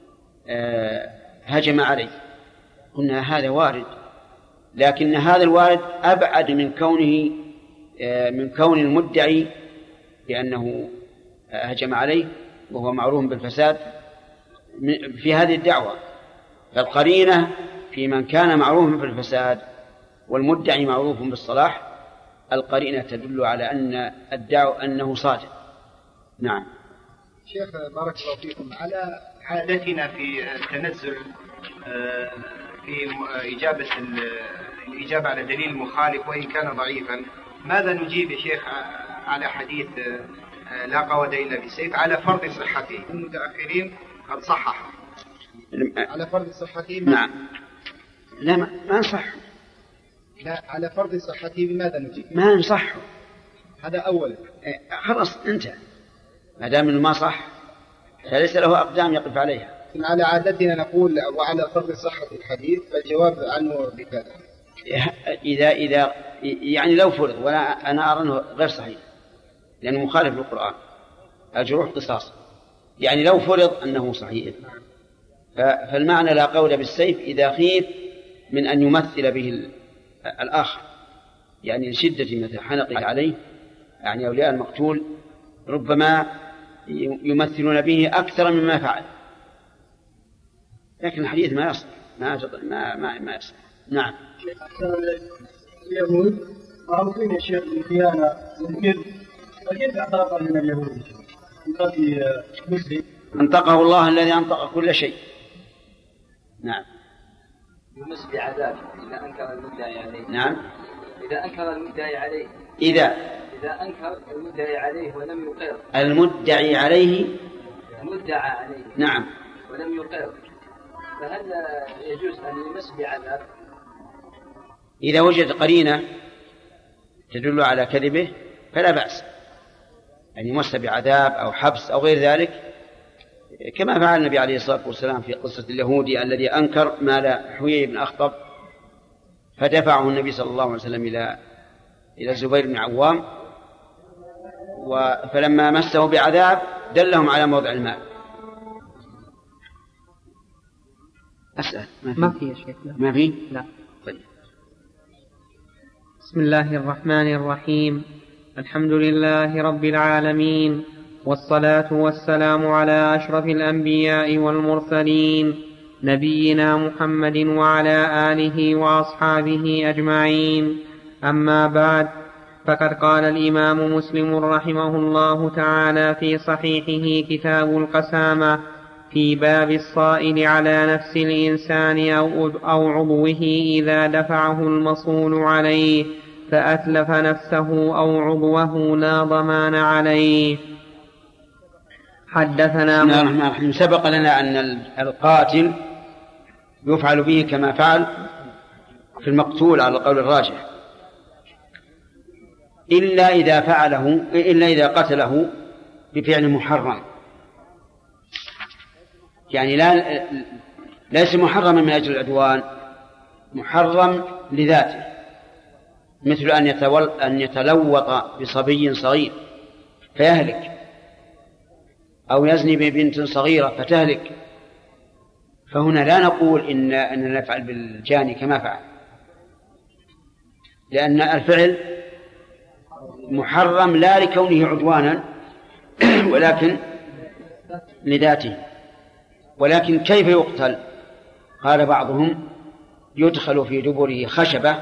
Speaker 1: هجم عليه؟ قلنا هذا وارد، لكن هذا الوارد أبعد من كونه من كون المدعي بأنه هجم عليه وهو معروف بالفساد في هذه الدعوة. فالقرينة في من كان معروفا بالفساد والمدعي معروف بالصلاح، القرينة تدل على أن الدعوة أنه صادق. نعم.
Speaker 4: شيخ بارك الله فيكم، على
Speaker 3: عادتنا في التنزل في إجابة الإجابة على دليل مخالف وإن كان ضعيفا، ماذا نجيب يا شيخ على حديث لا قود إلا بالسيف على فرض صحته؟ المتأخرين قد صححوا
Speaker 4: على فرض صحته.
Speaker 1: نعم. لا ما, ما نصح.
Speaker 4: لا، على فرض صحته بماذا نجيب؟
Speaker 1: ما نصح.
Speaker 4: هذا أولا.
Speaker 1: خلاص انتهى، ما دام انه ما صح فليس له أقدام يقف عليها.
Speaker 4: على عادتنا نقول وعلى فرض صحة الحديث، فالجواب عنه بكذا.
Speaker 1: إذا إذا يعني لو فرض، ولا أنا أرى أنه غير صحيح لأنه مخالف للقرآن، الجروح قصاص، يعني لو فرض أنه صحيح فالمعنى لا قول بالسيف إذا خيف من أن يمثل به الآخر، يعني لشدة مثل حنقه عليه، يعني أولياء المقتول ربما يمثلون به أكثر مما فعل، لكن الحديث ما يصح، ما ما ما, ما يصح. نعم.
Speaker 3: اليهود معروفين يا شيخ بالخيانة والكذب، فكيف اعترف من اليهود؟ في مسلم
Speaker 1: أنطقه الله الذي أنطق كل شيء. نعم.
Speaker 8: يمس بعذاب إذا أنكر المدعي عليه.
Speaker 1: نعم.
Speaker 8: إذا أنكر المدعي عليه.
Speaker 1: إذا
Speaker 8: إذا أنكر المدعي عليه ولم يقر.
Speaker 1: المدعي عليه.
Speaker 8: المدعى عليه.
Speaker 1: نعم.
Speaker 8: ولم يقر، فهل يجوز أن يمس بعذاب؟
Speaker 1: إذا وجد قرينة تدل على كذبه فلا بأس أن يمس بعذاب أو حبس أو غير ذلك، كما فعل النبي عليه الصلاة والسلام في قصة اليهودي الذي أنكر مال حيي بن أخطب، فدفعه النبي صلى الله عليه وسلم إلى إلى الزبير بن عوام، فلما مسه بعذاب دلهم على موضع المال. أسأل
Speaker 6: ما في يا شيخ.
Speaker 1: ما في؟
Speaker 6: لا.
Speaker 1: طيب.
Speaker 6: بسم الله الرحمن الرحيم. الحمد لله رب العالمين، والصلاة والسلام على أشرف الأنبياء والمرسلين، نبينا محمد وعلى آله وأصحابه أجمعين. أما بعد، فقد قال الإمام مسلم رحمه الله تعالى في صحيحه كتاب القسامة في باب الصائل على نفس الإنسان أو عضوه إذا دفعه المصول عليه فأتلف نفسه أو عضوه لا ضمان عليه. حدثنا
Speaker 1: نحن سبق لنا أن القاتل يفعل به كما فعل في المقتول على القول الراجح، إلا إذا فعله إلا إذا قتله بفعل محرم، يعني لا ليس محرما من أجل العدوان، محرم لذاته، مثل أن يتول أن يتلوط بصبي صغير فيهلك، أو يزني ببنت صغيرة فتهلك، فهنا لا نقول إن أننا نفعل بالجاني كما فعل، لأن الفعل محرم لا لكونه عدوانا ولكن لذاته. ولكن كيف يقتل؟ قال بعضهم يدخل في دبره خشبة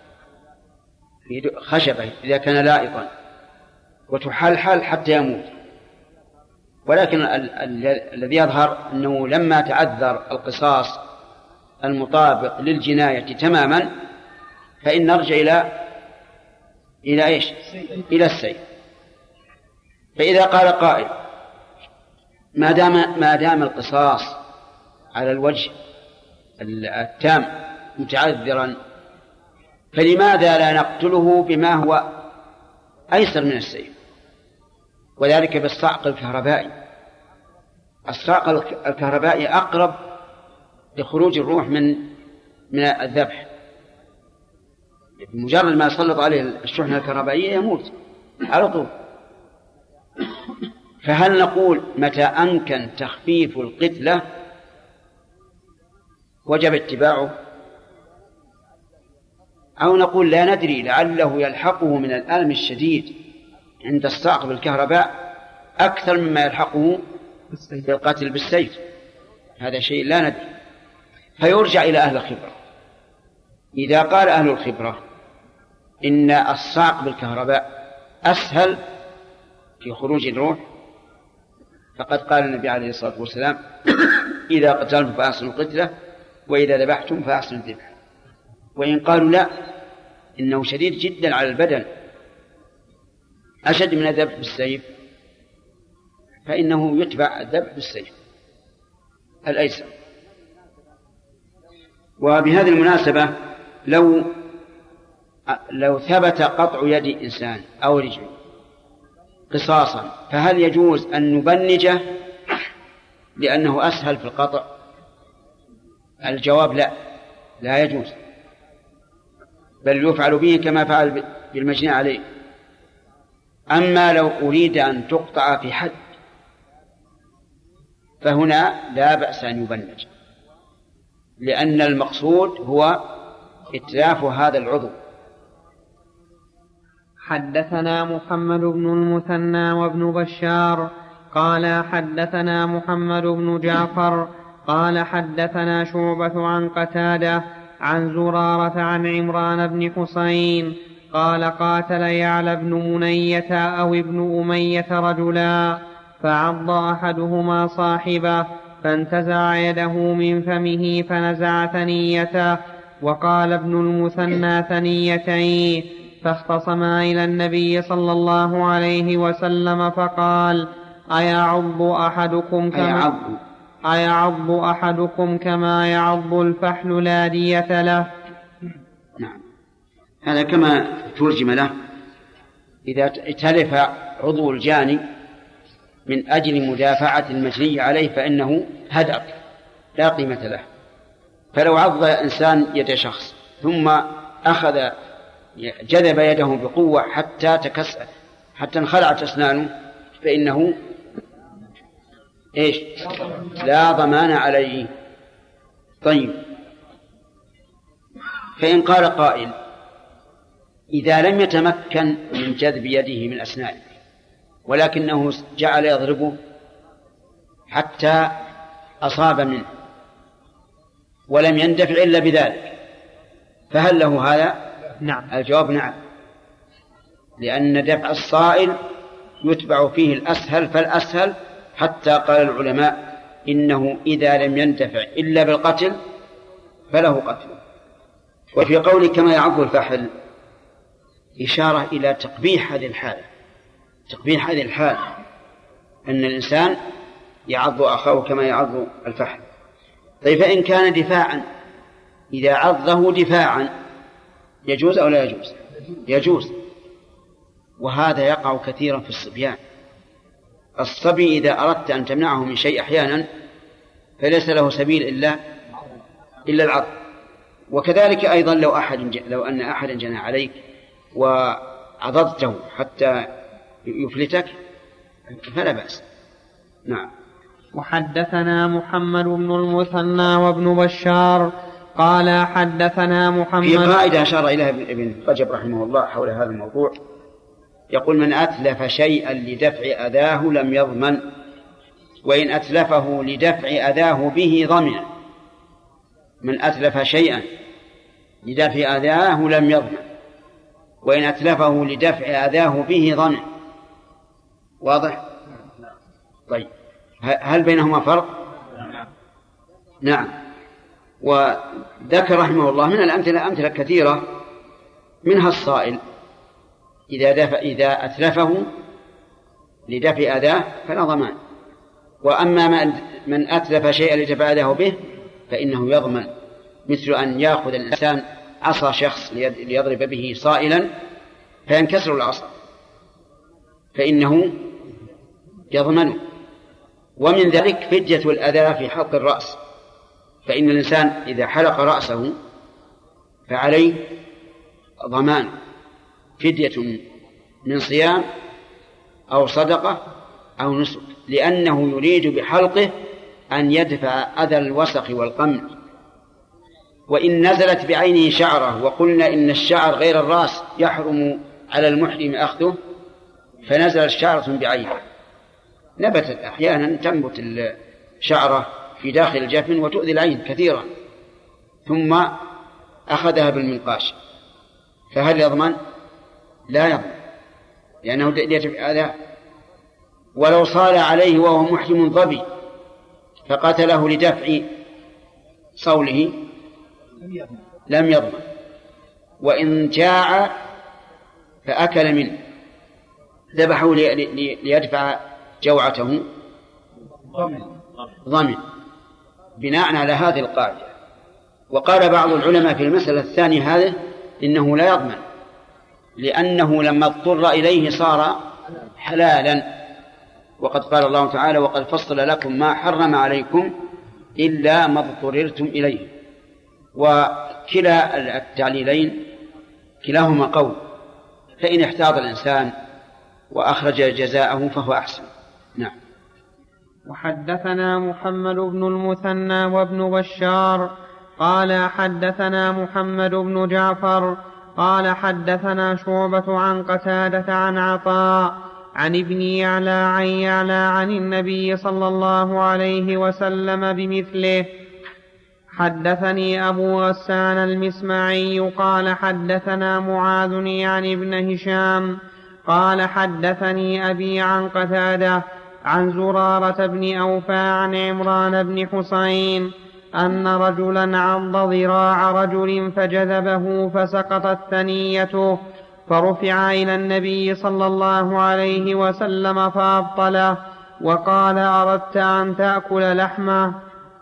Speaker 1: في خشبة إذا كان لائقا وتحلحل حتى يموت. ولكن الذي يظهر أنه لما تعذر القصاص المطابق للجناية تماما فإن نرجع إلى إلى إيش؟ إلى السيف. فإذا قال قائل ما دام ما دام القصاص على الوجه التام متعذرا فلماذا لا نقتله بما هو أيسر من السيف؟ وذلك بالصعق الكهربائي. الصعق الكهربائي أقرب لخروج الروح من من الذبح، بمجرد ما يسلط عليه الشحنة الكهربائية يموت على طول. فهل نقول متى أمكن تخفيف القتلة وجب اتباعه، أو نقول لا ندري لعله يلحقه من الألم الشديد عند الصعق بالكهرباء أكثر مما يلحقه بالقتل بالسيف؟ هذا شيء لا ندري. فيرجع إلى أهل الخبرة. إذا قال أهل الخبرة إن الصعق بالكهرباء أسهل في خروج الروح، فقد قال النبي عليه الصلاة والسلام إذا قتلتم فأحسنوا القتلة وإذا ذبحتم فأحسنوا الذبح. وإن قالوا لا إنه شديد جدا على البدن أشد من الذبح بالسيف فإنه يتبع الذبح بالسيف الأيسر. وبهذه المناسبة لو لو ثبت قطع يد إنسان أو رجل قصاصا فهل يجوز أن نبنجه لأنه أسهل في القطع؟ الجواب لا، لا يجوز، بل يفعل به كما فعل بالمجني عليه. أما لو أريد أن تقطع في حد فهنا لا بأس أن يبنج، لأن المقصود هو إتلاف هذا العضو.
Speaker 6: حدثنا محمد بن المثنى وابن بشار قال حدثنا محمد بن جعفر قال حدثنا شعبة عن قتادة عن زرارة عن عمران بن حسين قال قاتل يعلى بن منية أو ابن أمية رجلا فعض أحدهما صاحبه فانتزع يده من فمه فنزع ثنيته، وقال ابن المثنى ثنيتين، فاختصما إلى النبي صلى الله عليه وسلم فقال أيعض أحدكم كما, أيعض أحدكم كما يعض الفحل لا دية له.
Speaker 1: نعم، هذا كما ترجم له: إذا تلف عضو الجاني من أجل مدافعة المجني عليه فإنه هدر لا قيمة له. فلو عض إنسان يد شخص ثم أخذ جذب يده بقوة حتى تكسر حتى انخلعت أسنانه فإنه إيش؟ لا ضمان عليه. طيب، فإن قال قائل: إذا لم يتمكن من جذب يده من أسنانه ولكنه جعل يضربه حتى أصاب منه ولم يندفع إلا بذلك، فهل له هذا؟
Speaker 6: نعم.
Speaker 1: الجواب نعم، لأن دفع الصائل يتبع فيه الأسهل فالأسهل، حتى قال العلماء إنه إذا لم يندفع إلا بالقتل فله قتل. وفي قول كما يعض الفحل إشارة إلى تقبيح هذه الحالة، تقبيح هذه الحالة أن الإنسان يعض أخاه كما يعض الفحل. طيب، فإن كان دفاعا، إذا عضه دفاعا يجوز أو لا يجوز؟ يجوز. وهذا يقع كثيرا في الصبيان. الصبي إذا أردت أن تمنعه من شيء أحيانا فليس له سبيل إلا إلا العض. وكذلك أيضا لو أحد لو أن أحدا جنى عليك وعضضته حتى يفلتك فلا بأس. نعم.
Speaker 6: وحدثنا محمد بن المثنى وابن بشار قال حدثنا محمد.
Speaker 1: في قاعدة أشار إليها ابن رجب رحمه الله حول هذا الموضوع، يقول: من أتلف شيئا لدفع أذاه لم يضمن، وإن أتلفه لدفع أذاه به ضمن. من أتلف شيئا لدفع أذاه لم يضمن، وإن أتلفه لدفع أذاه به ضمن. واضح؟ طيب، هل بينهما فرق؟ نعم. وذكر رحمه الله من الأمثلة أمثلة كثيرة، منها الصائل إذا دفع إذا أتلفه لدفع أذاه فلا ضمان، وأما من أتلف شيئا لدفع أذاه به فإنه يضمن، مثل أن يأخذ الإنسان عصا شخص ليضرب به صائلا فينكسر العصا فإنه يضمنه. ومن ذلك فدية الأذى في حلق الرأس، فإن الإنسان إذا حلق رأسه فعليه ضمان فدية من صيام أو صدقة أو نسك، لأنه يريد بحلقه أن يدفع أذى الوسخ والقمل. وإن نزلت بعينه شعره وقلنا إن الشعر غير الرأس يحرم على المحرم أخذه، فنزلت شعرة بعينه، نبتت أحيانا تنبت الشعرة في داخل الجفن وتؤذي العين كثيرا، ثم أخذها بالمنقاش، فهل يضمن؟ لا يضمن، لأنه يدفع أذى. ولو صال عليه وهو محرم ظبي فقتله لدفع صوله لم يضمن. وإن جاع فأكل منه ذبحه ليدفع جوعته ضمن، بناء على هذه القاعدة. وقال بعض العلماء في المسألة الثانية هذه إنه لا يضمن، لأنه لما اضطر إليه صار حلالا، وقد قال الله تعالى: وقد فصل لكم ما حرم عليكم إلا ما اضطررتم إليه. وكلا التعليلين كلاهما قول، فإن احتاط الإنسان وأخرج جزاءه فهو أحسن. نعم.
Speaker 6: وحدثنا محمد بن المثنى وابن بشار قال حدثنا محمد بن جعفر قال حدثنا شعبة عن قتادة عن عطاء عن ابن يعلى عن يعلى عن النبي صلى الله عليه وسلم بمثله. حدثني أبو غسان المسمعي قال حدثنا معاذ يعني ابن هشام قال حدثني أبي عن قتادة عن زرارة بن أوفى عن عمران بن حسين أن رجلا عض ذراع رجل فجذبه فسقطت ثنيته فرفع إلى النبي صلى الله عليه وسلم فأبطله وقال أردت أن تأكل لحمه.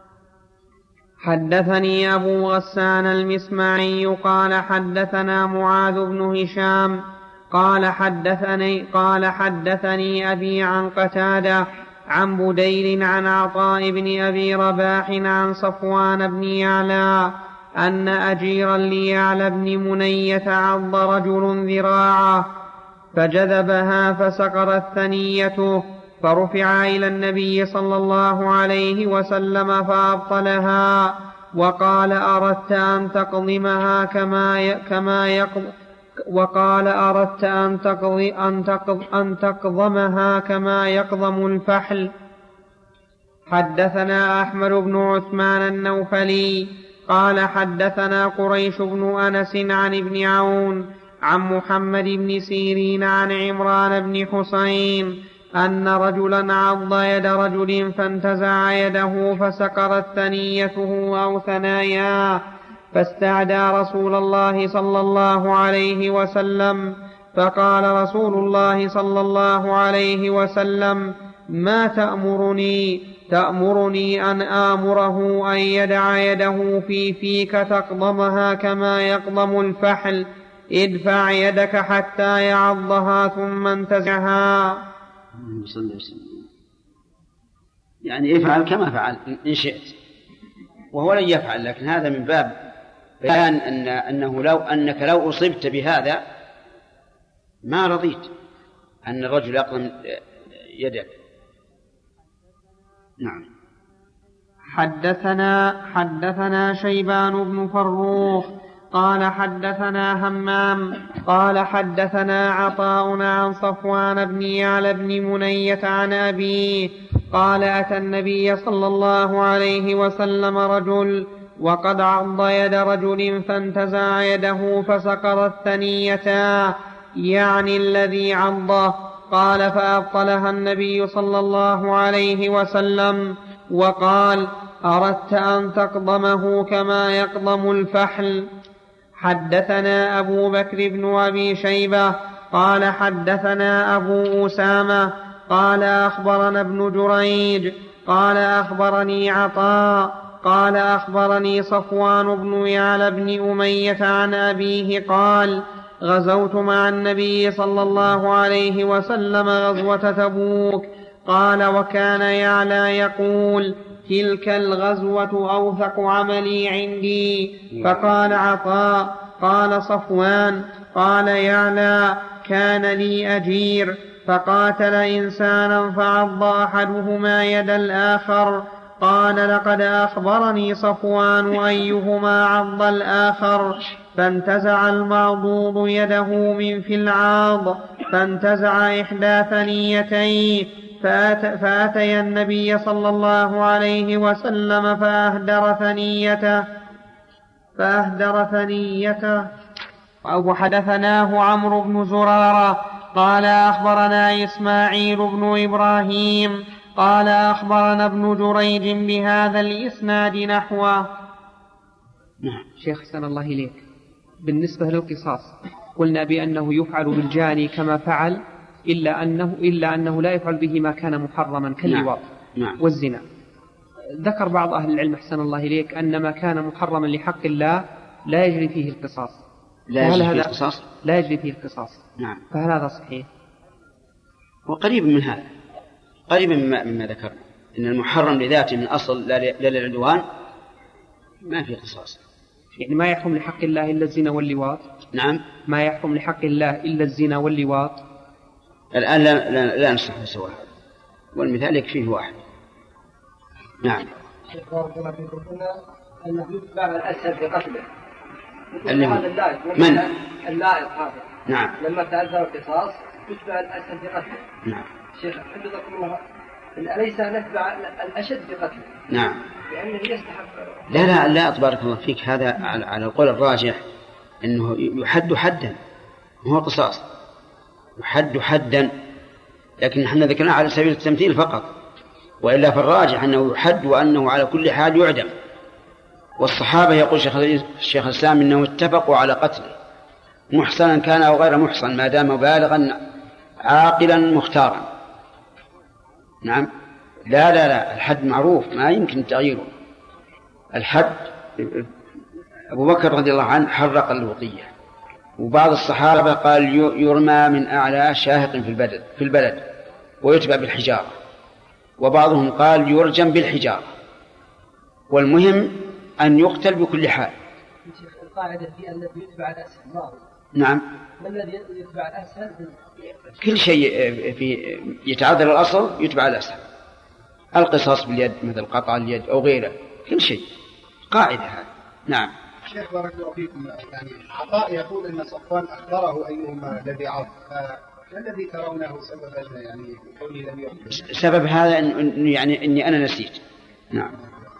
Speaker 6: حدثني أبو غسان المسمعي قال حدثنا معاذ بن هشام قال حدثني, قال حدثني أبي عن قتادة عن بديل عن عطاء بن أبي رباح عن صفوان بن يعلى أن أجيرا ليعلى بن منية عض رجل ذراعه فجذبها فسقطت ثنيته فرفع إلى النبي صلى الله عليه وسلم فأبطلها وقال أردت أن تقضمها كما كما يقض وقال أردت أن تقضي أن تقض أن تقضمها كما يقضم الفحل. حدثنا أحمد بن عثمان النوفلي قال حدثنا قريش بن أنس عن ابن عون عن محمد بن سيرين عن عمران بن حسين أن رجلا عض يد رجل فانتزع يده فسقطت ثنيته أو ثناياه فاستعدى رسول الله صلى الله عليه وسلم فقال رسول الله صلى الله عليه وسلم ما تأمرني تأمرني أن آمره أن يدع يده في فيك تقضمها كما يقضم الفحل ادفع يدك حتى يعضها ثم انتزعها.
Speaker 1: يعني افعل كما فعل إن شئت، وهو لن يفعل، لكن هذا من باب بيان أن أنه لو أنك لو أصبت بهذا ما رضيت أن الرجل يقضم يدك. نعم.
Speaker 6: حدثنا حدثنا شيبان بن فروخ قال حدثنا همام قال حدثنا عطاء عن صفوان بن يعلى بن منية عن أبيه قال أتى النبي صلى الله عليه وسلم رجل وقد عض يد رجل فانتزع يده فسقطت ثنيتا يعني الذي عضه. قال فأبطلها النبي صلى الله عليه وسلم وقال أردت أن تقضمه كما يقضم الفحل. حدثنا أبو بكر بن أبي شيبة قال حدثنا أبو أسامة قال أخبرنا ابن جريج قال أخبرني عطاء قال أخبرني صفوان بن يعلى بن أمية عن أبيه قال غزوت مع النبي صلى الله عليه وسلم غزوة تبوك. قال وكان يعلى يقول تلك الغزوة أوثق عملي عندي. فقال عطاء قال صفوان قال يعلى كان لي أجير فقاتل إنسانا فعض أحدهما يد الآخر. قال لقد أخبرني صفوان أيهما عض الآخر فانتزع المعضوض يده من في العاض فانتزع إحدى ثنيتيه فأتى فأتي النبي صلى الله عليه وسلم فأهدر ثنيته فأهدر ثنيته. وحدثناه عمرو بن زرارة قال أخبرنا إسماعيل بن إبراهيم قال أخبرنا ابن جريج بهذا الإسناد نحوه.
Speaker 9: نعم. شيخ حسن الله إليك، بالنسبة للقصاص قلنا بأنه يفعل بالجاني كما فعل إلا أنه, إلا أنه لا يفعل به ما كان محرما كاللواط
Speaker 1: نعم.
Speaker 9: والزنا. ذكر بعض أهل العلم حسن الله إليك أن ما كان محرما لحق الله لا يجري فيه القصاص.
Speaker 1: لا يجري فيه القصاص
Speaker 9: لا يجري فيه القصاص.
Speaker 1: نعم.
Speaker 9: فهل هذا صحيح؟
Speaker 1: وقريب من هذا، قريب مما, مما ذكرنا إن المحرم لذاته من أصل لا للعدوان ما في قصاص.
Speaker 9: يعني ما يحكم لحق الله إلا الزنا واللواط.
Speaker 1: نعم.
Speaker 9: ما يحكم لحق الله إلا الزنا واللواط.
Speaker 1: الآن لا, لا, لا نصح سواء، والمثال يكفيه واحد. نعم.
Speaker 10: أنه يتبع الأسهل في قتله.
Speaker 1: هذا
Speaker 10: اللائق
Speaker 1: من؟
Speaker 10: اللائق هذا.
Speaker 1: نعم.
Speaker 10: لما تأذر القصاص يتبع الأسهل في قتله.
Speaker 1: نعم.
Speaker 10: شيخ حفظكم الله، أليس نتبع الأشد بقتله؟
Speaker 1: نعم.
Speaker 10: لأنه يستحق.
Speaker 1: لا لا لا تبارك الله فيك، هذا على القول الراجح أنه يحد حدا، هو قصاص يحد حدا، لكن نحن ذكرناه على سبيل التمثيل فقط، وإلا فالراجح أنه يحد وأنه على كل حال يعدم. والصحابة يقول الشيخ الإسلام إنهم اتفقوا على قتله محصنا كان أو غير محصن ما دام بالغا عاقلا مختارا. نعم. لا لا لا الحد معروف ما يمكن تغييره. الحد أبو بكر رضي الله عنه حرق اللوطية، وبعض الصحابة قال يرمى من أعلى شاهق في البلد في البلد ويتبع بالحجارة، وبعضهم قال يرجم بالحجارة، والمهم أن يقتل بكل حال.
Speaker 10: القاعدة في الذي يتبع الأسهل.
Speaker 1: نعم.
Speaker 10: ما الذي يتبع الأسهل؟
Speaker 1: كل شيء في يتعذر الأصل يتبع الأسهل. القصاص باليد مثل قطع اليد أو غيره، كل شيء قاعدة هذه. نعم.
Speaker 4: شيخ بارك الله فيكم، يعني عطاء يقول أن صفوان أخبره أيهما الذي عض، ما الذي ترونه سبب يعني قولي لم يخبر؟
Speaker 1: سبب هذا إن يعني إني أنا نسيت. نعم.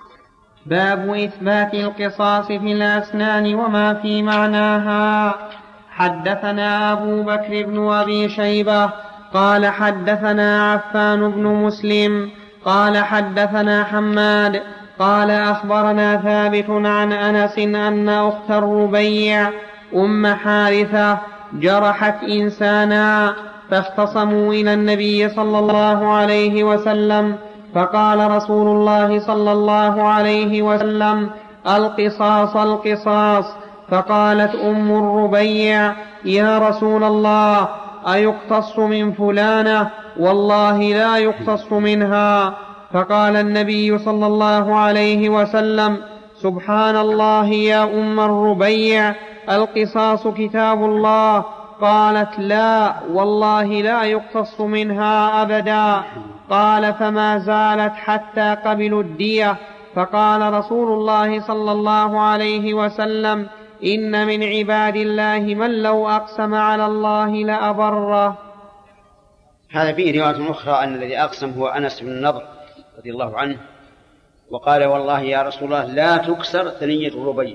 Speaker 7: باب إثبات القصاص في الأسنان وما في معناها. حدثنا أبو بكر بن أبي شيبة قال حدثنا عفان بن مسلم قال حدثنا حماد قال أخبرنا ثابت عن أنس أن أخت الربيع أم حارثة جرحت إنسانا فاختصموا إلى النبي صلى الله عليه وسلم، فقال رسول الله صلى الله عليه وسلم القصاص القصاص. فقالت أم الربيع يا رسول الله أيقتص من فلانة؟ والله لا يقتص منها. فقال النبي صلى الله عليه وسلم سبحان الله يا أم الربيع القصاص كتاب الله. قالت لا والله لا يقتص منها أبدا. قال فما زالت حتى قبلوا الدية. فقال رسول الله صلى الله عليه وسلم إن من عباد الله من لو أقسم على الله لأبره.
Speaker 1: هذا فيه رواية أخرى أن الذي أقسم هو أنس بن النضر رضي الله عنه، وقال والله يا رسول الله لا تكسر ثنية الربيع.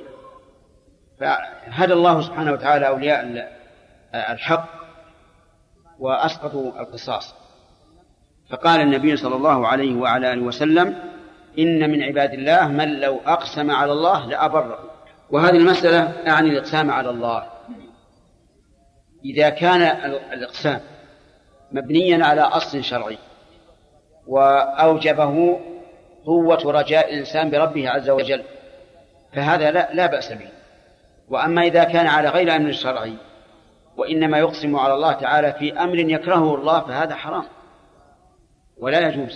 Speaker 1: فهدى الله سبحانه وتعالى أولياء الحق وأسقطوا القصاص. فقال النبي صلى الله عليه وعلى آله وسلم إن من عباد الله من لو أقسم على الله لأبره. وهذه المسألة أعني الإقسام على الله. إذا كان الإقسام مبنيا على أصل شرعي وأوجبه قوة رجاء الإنسان بربه عز وجل فهذا لا, لا بأس به. وأما إذا كان على غير أمر شرعي وإنما يقسم على الله تعالى في أمر يكرهه الله فهذا حرام ولا يجوز.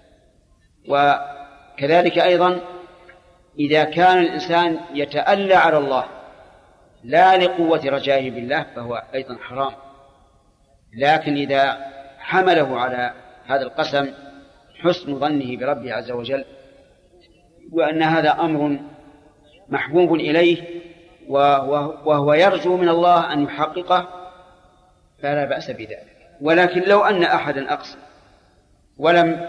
Speaker 1: وكذلك أيضا إذا كان الإنسان يتألى على الله لا لقوة رجائه بالله فهو أيضا حرام. لكن إذا حمله على هذا القسم حسن ظنه بربه عز وجل وأن هذا أمر محبوب إليه وهو يرجو من الله أن يحققه فلا بأس بذلك. ولكن لو أن أحدا أقسم ولم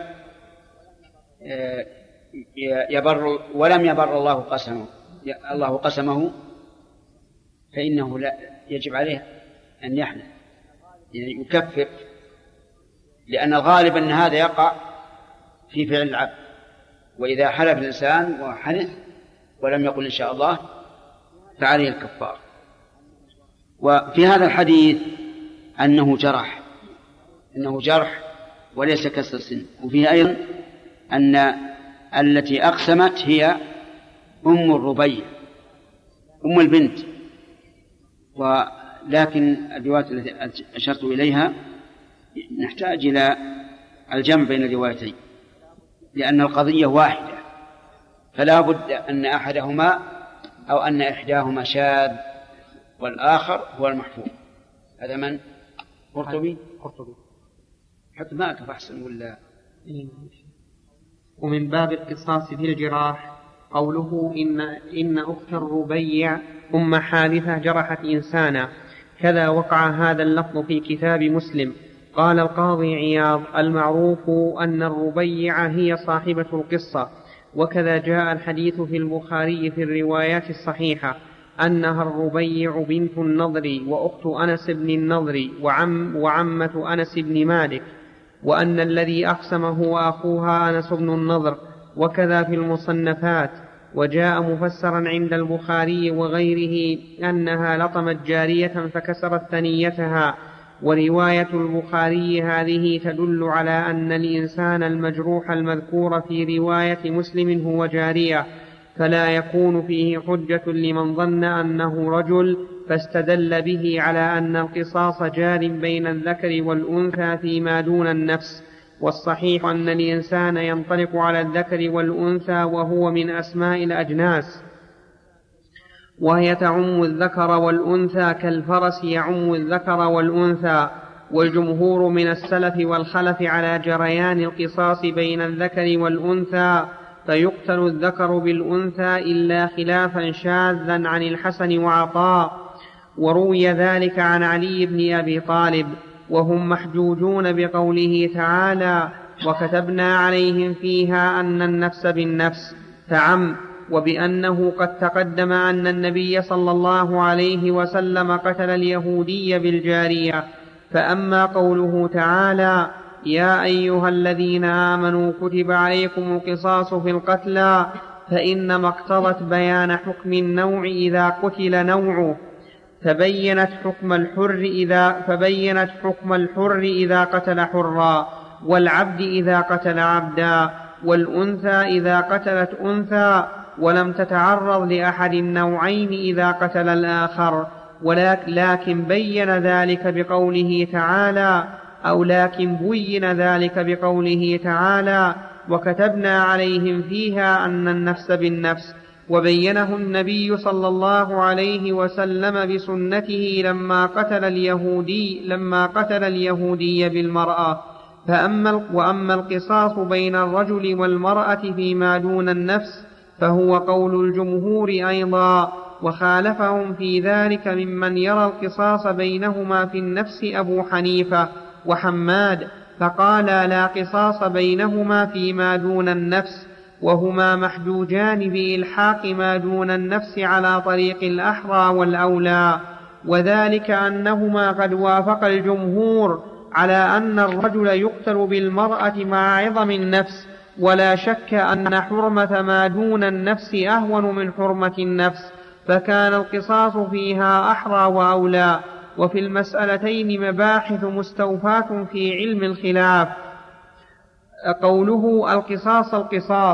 Speaker 1: يبر ولم يبر الله قسمه الله قسمه فإنه لا يجب عليه أن يحنث يعني يكفر، لأن الغالب أن هذا يقع في فعل العبد. وإذا حلف الإنسان وحنث ولم يقل إن شاء الله فعليه الكفار. وفي هذا الحديث أنه جرح أنه جرح وليس كسر السن. وفيه أيضا أن التي أقسمت هي أم الربيع أم البنت. ولكن الرواية التي أشرت إليها نحتاج إلى الجمع بين الروايتين لأن القضية واحدة، فلا بد أن أحدهما أو أن إحداهما شاذ والآخر هو المحفوظ. هذا من؟ قرطبي؟
Speaker 9: قرطبي.
Speaker 1: حتى ما أكف أحسن ولا.
Speaker 9: ومن باب القصاص في الجراح قوله إن, إن أخت الربيع أم حارثة جرحت إنسانا، كذا وقع هذا اللفظ في كتاب مسلم
Speaker 6: قال القاضي عياض: المعروف أن الربيع هي صاحبة القصة، وكذا جاء الحديث في البخاري في الروايات الصحيحة أنها الربيع بنت النضر وأخت أنس بن النضر وعم وعمة أنس بن مالك، وأن الذي أقسم هو أخوها أنس بن النضر، وكذا في المصنفات. وجاء مفسرا عند البخاري وغيره أنها لطمت جارية فكسرت ثنيتها. ورواية البخاري هذه تدل على أن الإنسان المجروح المذكور في رواية مسلم هو جارية، فلا يكون فيه حجة لمن ظن أنه رجل فاستدل به على أن القصاص جار بين الذكر والأنثى فيما دون النفس. والصحيح أن الإنسان ينطلق على الذكر والأنثى وهو من أسماء الأجناس، وهي تعم الذكر والأنثى كالفرس يعم الذكر والأنثى. والجمهور من السلف والخلف على جريان القصاص بين الذكر والأنثى، فيقتل الذكر بالأنثى إلا خلافا شاذا عن الحسن وعطاء. وروي ذلك عن علي بن أبي طالب، وهم محجوجون بقوله تعالى: وكتبنا عليهم فيها أن النفس بالنفس تعم، وبأنه قد تقدم أن النبي صلى الله عليه وسلم قتل اليهودي بالجارية. فأما قوله تعالى: يا أيها الذين آمنوا كتب عليكم القصاص في القتلى، فإنما اقتضت بيان حكم النوع إذا قتل نوعه، فبينت حكم الحر إذا فبينت حكم الحر إذا قتل حرا، والعبد إذا قتل عبدا، والأنثى إذا قتلت أنثى، ولم تتعرض لأحد النوعين إذا قتل الآخر. ولكن بين ذلك بقوله تعالى أو لكن بين ذلك بقوله تعالى: وكتبنا عليهم فيها أن النفس بالنفس. وبينه النبي صلى الله عليه وسلم بسنته لما قتل اليهودي لما قتل اليهودي بالمرأة. فأما وأما القصاص بين الرجل والمرأة فيما دون النفس فهو قول الجمهور أيضا، وخالفهم في ذلك ممن يرى القصاص بينهما في النفس أبو حنيفة وحماد، فقال لا قصاص بينهما فيما دون النفس، وهما محجوجان بإلحاق ما دون النفس على طريق الأحرى والأولى. وذلك أنهما قد وافق الجمهور على أن الرجل يقتل بالمرأة مع عظم النفس، ولا شك أن حرمة ما دون النفس أهون من حرمة النفس، فكان القصاص فيها أحرى وأولى. وفي المسألتين مباحث مستوفاة في علم الخلاف. قوله القصاص القصاص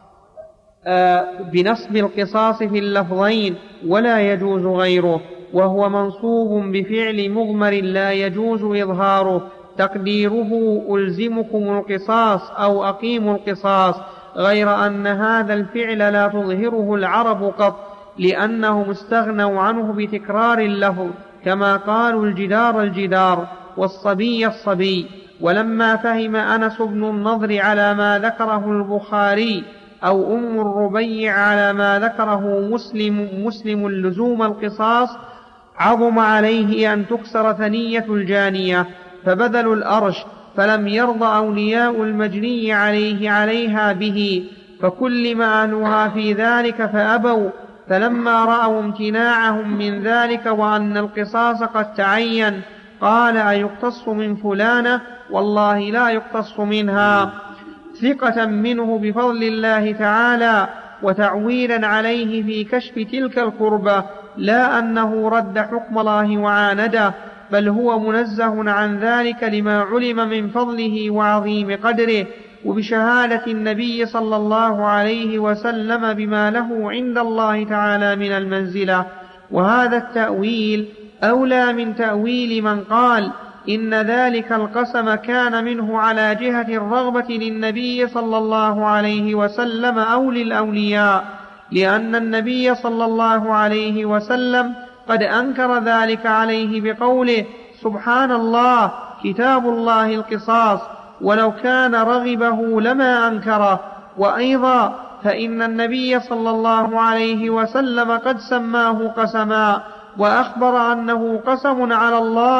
Speaker 6: بنصب القصاص في اللفظين ولا يجوز غيره، وهو منصوب بفعل مضمر لا يجوز إظهاره، تقديره ألزمكم القصاص أو أقيموا القصاص، غير أن هذا الفعل لا تظهره العرب قط، لأنهم استغنوا عنه بتكرار اللفظ، كما قالوا الجدار الجدار والصبي الصبي. ولما فهم أنس بن النضر على ما ذكره البخاري أو أم الربيع على ما ذكره مسلم, مسلم لزوم القصاص، عظم عليه أن تكسر ثنية الجانية، فبذلوا الأرش، فلم يرضى أولياء المجني عليه عليها به، فكلم أهلها في ذلك فأبوا. فلما رأوا امتناعهم من ذلك وأن القصاص قد تعين، قال أيقتص من فلانة؟ والله لا يقتص منها، ثقة منه بفضل الله تعالى وتعويلا عليه في كشف تلك القربة، لا أنه رد حكم الله وعانده، بل هو منزه عن ذلك لما علم من فضله وعظيم قدره، وبشهادة النبي صلى الله عليه وسلم بما له عند الله تعالى من المنزلة. وهذا التأويل أولى من تأويل من قال إن ذلك القسم كان منه على جهة الرغبة للنبي صلى الله عليه وسلم أو للأولياء، لأن النبي صلى الله عليه وسلم قد أنكر ذلك عليه بقوله: سبحان الله، كتاب الله القصاص، ولو كان رغبه لما أنكره. وأيضا فإن النبي صلى الله عليه وسلم قد سماه قسما، وأخبر أنه قسم على الله،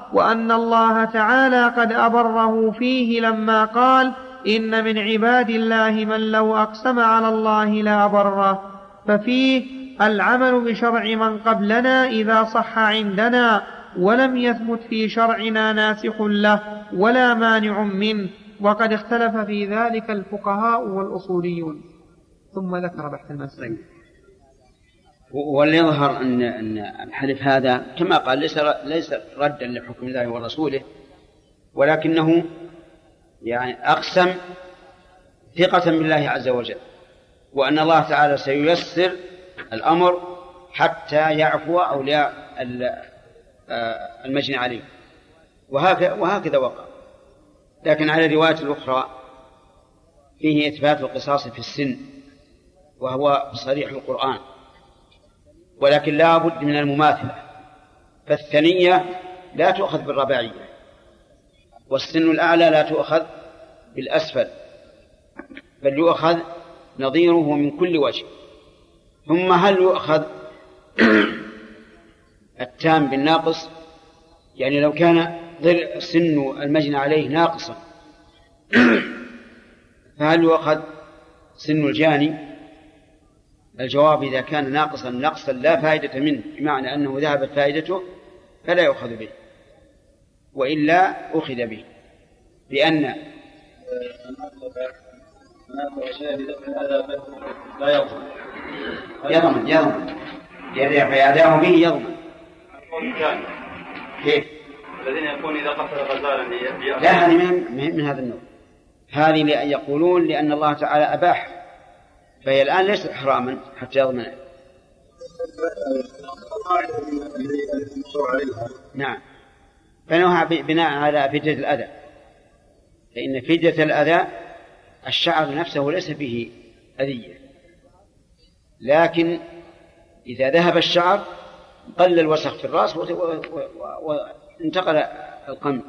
Speaker 7: وأن الله تعالى قد أبره فيه لما قال إن من عباد الله من لو أقسم على الله لأبره. ففيه العمل بشرع من قبلنا إذا صح عندنا ولم يثبت في شرعنا ناسخ له ولا مانع منه، وقد اختلف في ذلك الفقهاء والأصوليون. ثم ذكر بحث المسألة.
Speaker 1: وليظهر أن أن الحلف هذا كما قال ليس ليس ردا لحكم الله ورسوله، ولكنه يعني أقسم ثقة بالله عز وجل، وأن الله تعالى سييسر الأمر حتى يعفو أولياء المجني عليه، وهكذا وقع. لكن على الرواية الأخرى فيه إثبات القصاص في السن، وهو صريح القرآن، ولكن لا بد من المماثلة، فالثنية لا تؤخذ بالرباعية، والسن الأعلى لا تؤخذ بالأسفل، بل يؤخذ نظيره من كل وجه. ثم هل يؤخذ التام بالناقص؟ يعني لو كان سن المجني عليه ناقصا فهل يؤخذ سن الجاني؟ الجواب إذا كان ناقصا نقصا لا فائدة منه، بمعنى أنه ذهبت فائدته فلا يؤخذ به، وإلا أخذ به، لأن
Speaker 11: لا يضمن
Speaker 1: يضمن يضمن فيأداه به يضمن. كيف؟
Speaker 11: الذين يكون إذا قتل غزالا
Speaker 1: لا، هذه من, من هذا النوع، هذه لأن يقولون لأن الله تعالى أباح، فهي الآن ليست حراما حتى يضمنه. نعم، فنوها بناء على فدية الأذى، فإن فدية الأذى الشعر نفسه ليس فيه أذية، لكن إذا ذهب الشعر قل الوسخ في الرأس وانتقل القمع.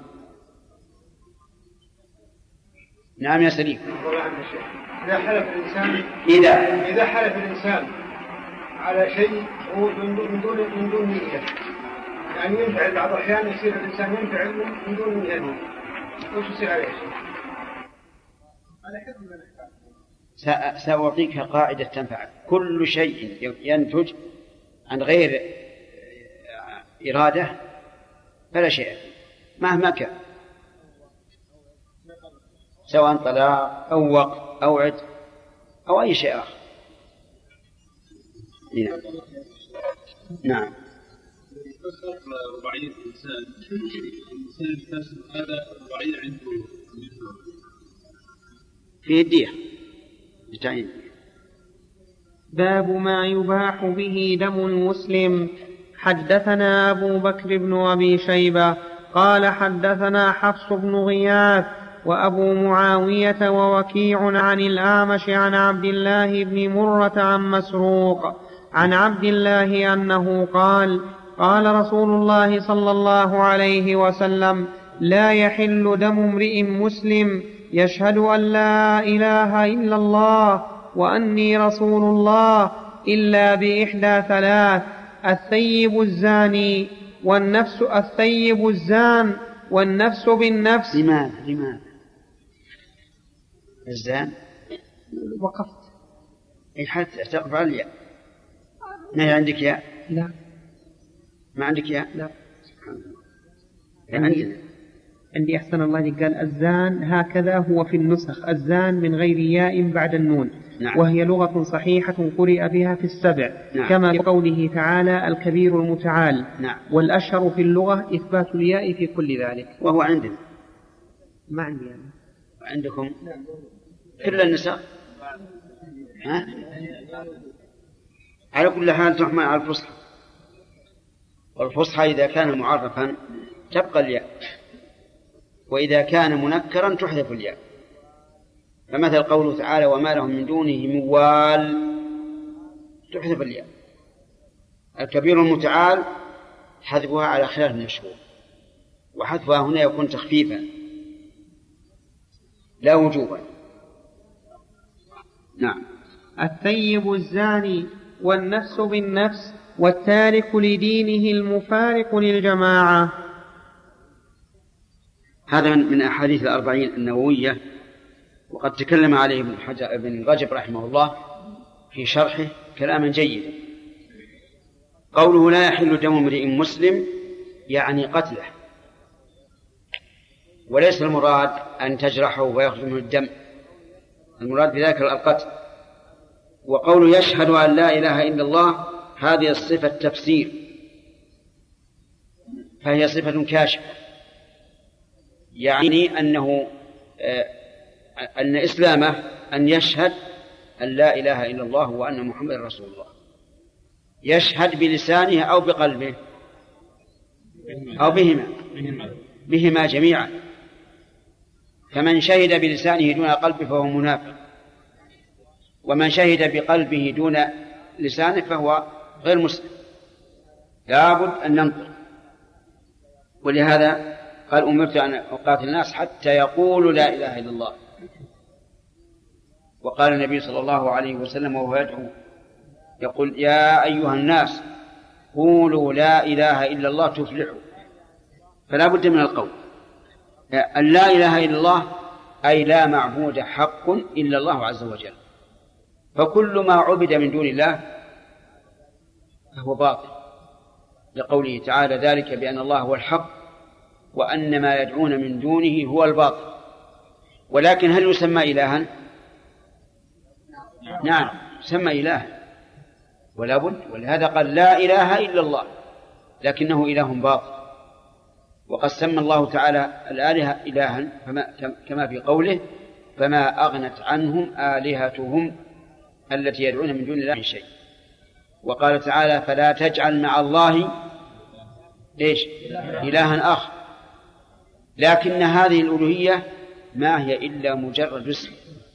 Speaker 1: نعم يا سليم.
Speaker 3: إذا حلف الإنسان
Speaker 1: إذا
Speaker 3: إذا حلف الإنسان على شيء هو من دون من دون نية، يعني ينفعل بعض الأحيان يصير الإنسان ينفعل من دون نية، وش يصير عليه شيء؟ على حكم من الأحكام.
Speaker 1: سأعطيك قاعدة تنفعك. كل شيء ينتج عن غير إرادة فلا شيء مهما كان، سواء طلاق أو وقت أو عد أو أي شيء آخر. نعم. نعم.
Speaker 11: رباعية الإنسان الإنسان هذا رباعية عنده
Speaker 1: في الدية بتعيين.
Speaker 7: باب ما يباح به دم المسلم. حدثنا أبو بكر بن أبي شيبة قال حدثنا حفص بن غياث وأبو معاوية ووكيع عن الأعمش عن عبد الله بن مرة عن مسروق عن عبد الله أنه قال قال رسول الله صلى الله عليه وسلم لا يحل دم امرئ مسلم يشهد أن لا إله إلا الله وأني رسول الله إلا بإحدى ثلاث: الثيب الزاني والنفس الثيب الزان والنفس بالنفس.
Speaker 1: لماذا لماذا الزان؟
Speaker 7: وقفت
Speaker 1: حتى تقف على الياء. ما عندك ياء؟
Speaker 7: لا.
Speaker 1: ما عندك ياء؟
Speaker 7: لا.
Speaker 1: عندي
Speaker 7: عندي أحسن الله لك قال الزان هكذا هو في النسخ، الزان من غير ياء بعد النون.
Speaker 1: نعم.
Speaker 7: وهي لغة صحيحة قرئ بها في السبع.
Speaker 1: نعم.
Speaker 7: كما قوله تعالى الكبير المتعال.
Speaker 1: نعم.
Speaker 7: والأشهر في اللغة إثبات الياء في كل ذلك.
Speaker 1: وهو عندنا.
Speaker 7: ما عندي يعني.
Speaker 1: عندكم كل النساء. ها؟ على كل حال تحمل على الفصحى، والفصحى إذا كان معرفا تبقى الياء، وإذا كان منكرا تحذف الياء. فمثل قوله تعالى وما لهم من دونه من وال تحذف الياء. الكبير المتعال حذفها على خلاف المشهور، وحذفها هنا يكون تخفيفا لا وجوبا. نعم.
Speaker 7: الثيب الزاني والنفس بالنفس والتارك لدينه المفارق للجماعة.
Speaker 1: هذا من أحاديث الأربعين النووية، وقد تكلم عليه ابن حجر ابن رجب رحمه الله في شرحه كلاما جيدا. قوله لا يحل دم امرئ مسلم يعني قتله، وليس المراد أن تجرحه ويخرج منه الدم، المراد بذلك القتل. وقوله يشهد أن لا إله إلا الله هذه الصفة تفسير، فهي صفة كاشفة، يعني أنه أن إسلامه أن يشهد أن لا إله إلا الله وأن محمد رسول الله، يشهد بلسانه أو بقلبه أو بهما بهما جميعا. فمن شهد بلسانه دون قلبه فهو منافق، ومن شهد بقلبه دون لسانه فهو غير مسلم، لابد أن ننظر. ولهذا قال أمرت أن أقاتل الناس حتى يقولوا لا إله إلا الله. وقال النبي صلى الله عليه وسلم وهو يدعو يقول يا أيها الناس قولوا لا إله إلا الله تفلحوا. فلا بد من القول أن لا إله إلا الله أي لا معبود حق إلا الله عز وجل، فكل ما عبد من دون الله فهو باطل، لقوله تعالى ذلك بأن الله هو الحق وأن ما يدعون من دونه هو الباطل. ولكن هل يسمى إلها؟ نعم يسمى إلها ولا بد، ولهذا قال لا إله إلا الله، لكنه إله باطل. وقد سمى الله تعالى الآلهة إلها كما في قوله فما أغنت عنهم آلهتهم التي يدعون من دون الله من شيء. وقال تعالى فلا تجعل مع الله إيش إلها آخر. لكن هذه الألوهية ما هي إلا مجرد اسم،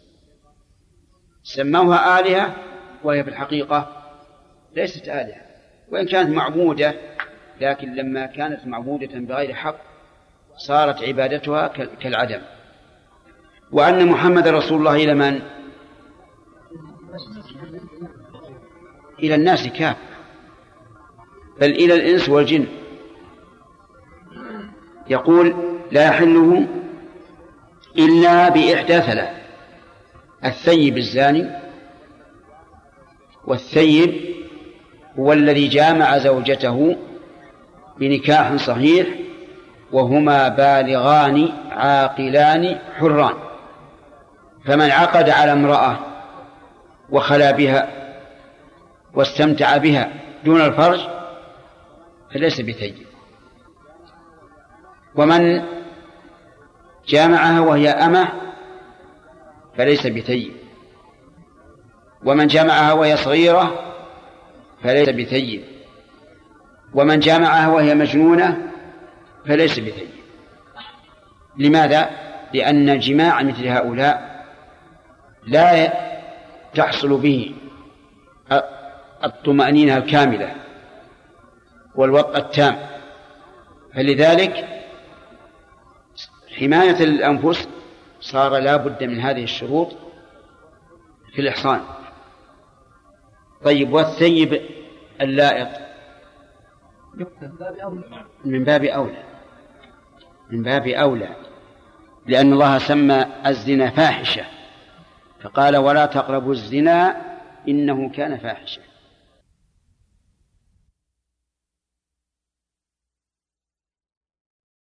Speaker 1: سموها آلهة وهي في الحقيقة ليست آلهة، وإن كانت معبودة، لكن لما كانت معبودة بغير حق صارت عبادتها كالعدم. وأن محمد رسول الله إلى من؟ إلى الناس كافة، بل إلى الإنس والجن. يقول لا يحله إلا بإحدى ثلاث: الثيب الزاني، والثيب هو الذي جامع زوجته بنكاح صحيح وهما بالغان عاقلان حران. فمن عقد على امرأة وخلا بها واستمتع بها دون الفرج فليس بثيب. ومن جامعها وهي أمة فليس بثيب. ومن جامعها وهي صغيرة فليس بثيب. ومن جامعها وهي مجنونة فليس بثيب. لماذا؟ لأن جماع مثل هؤلاء لا تحصل به الطمأنينة الكاملة والوطء التام، فلذلك حماية الأنفس صار لا بد من هذه الشروط في الإحصان. طيب والثيب اللائق من باب أولى، من باب أولى، لأن الله سمى الزنا فاحشة فقال ولا تقربوا الزنا إنه كان فاحشة.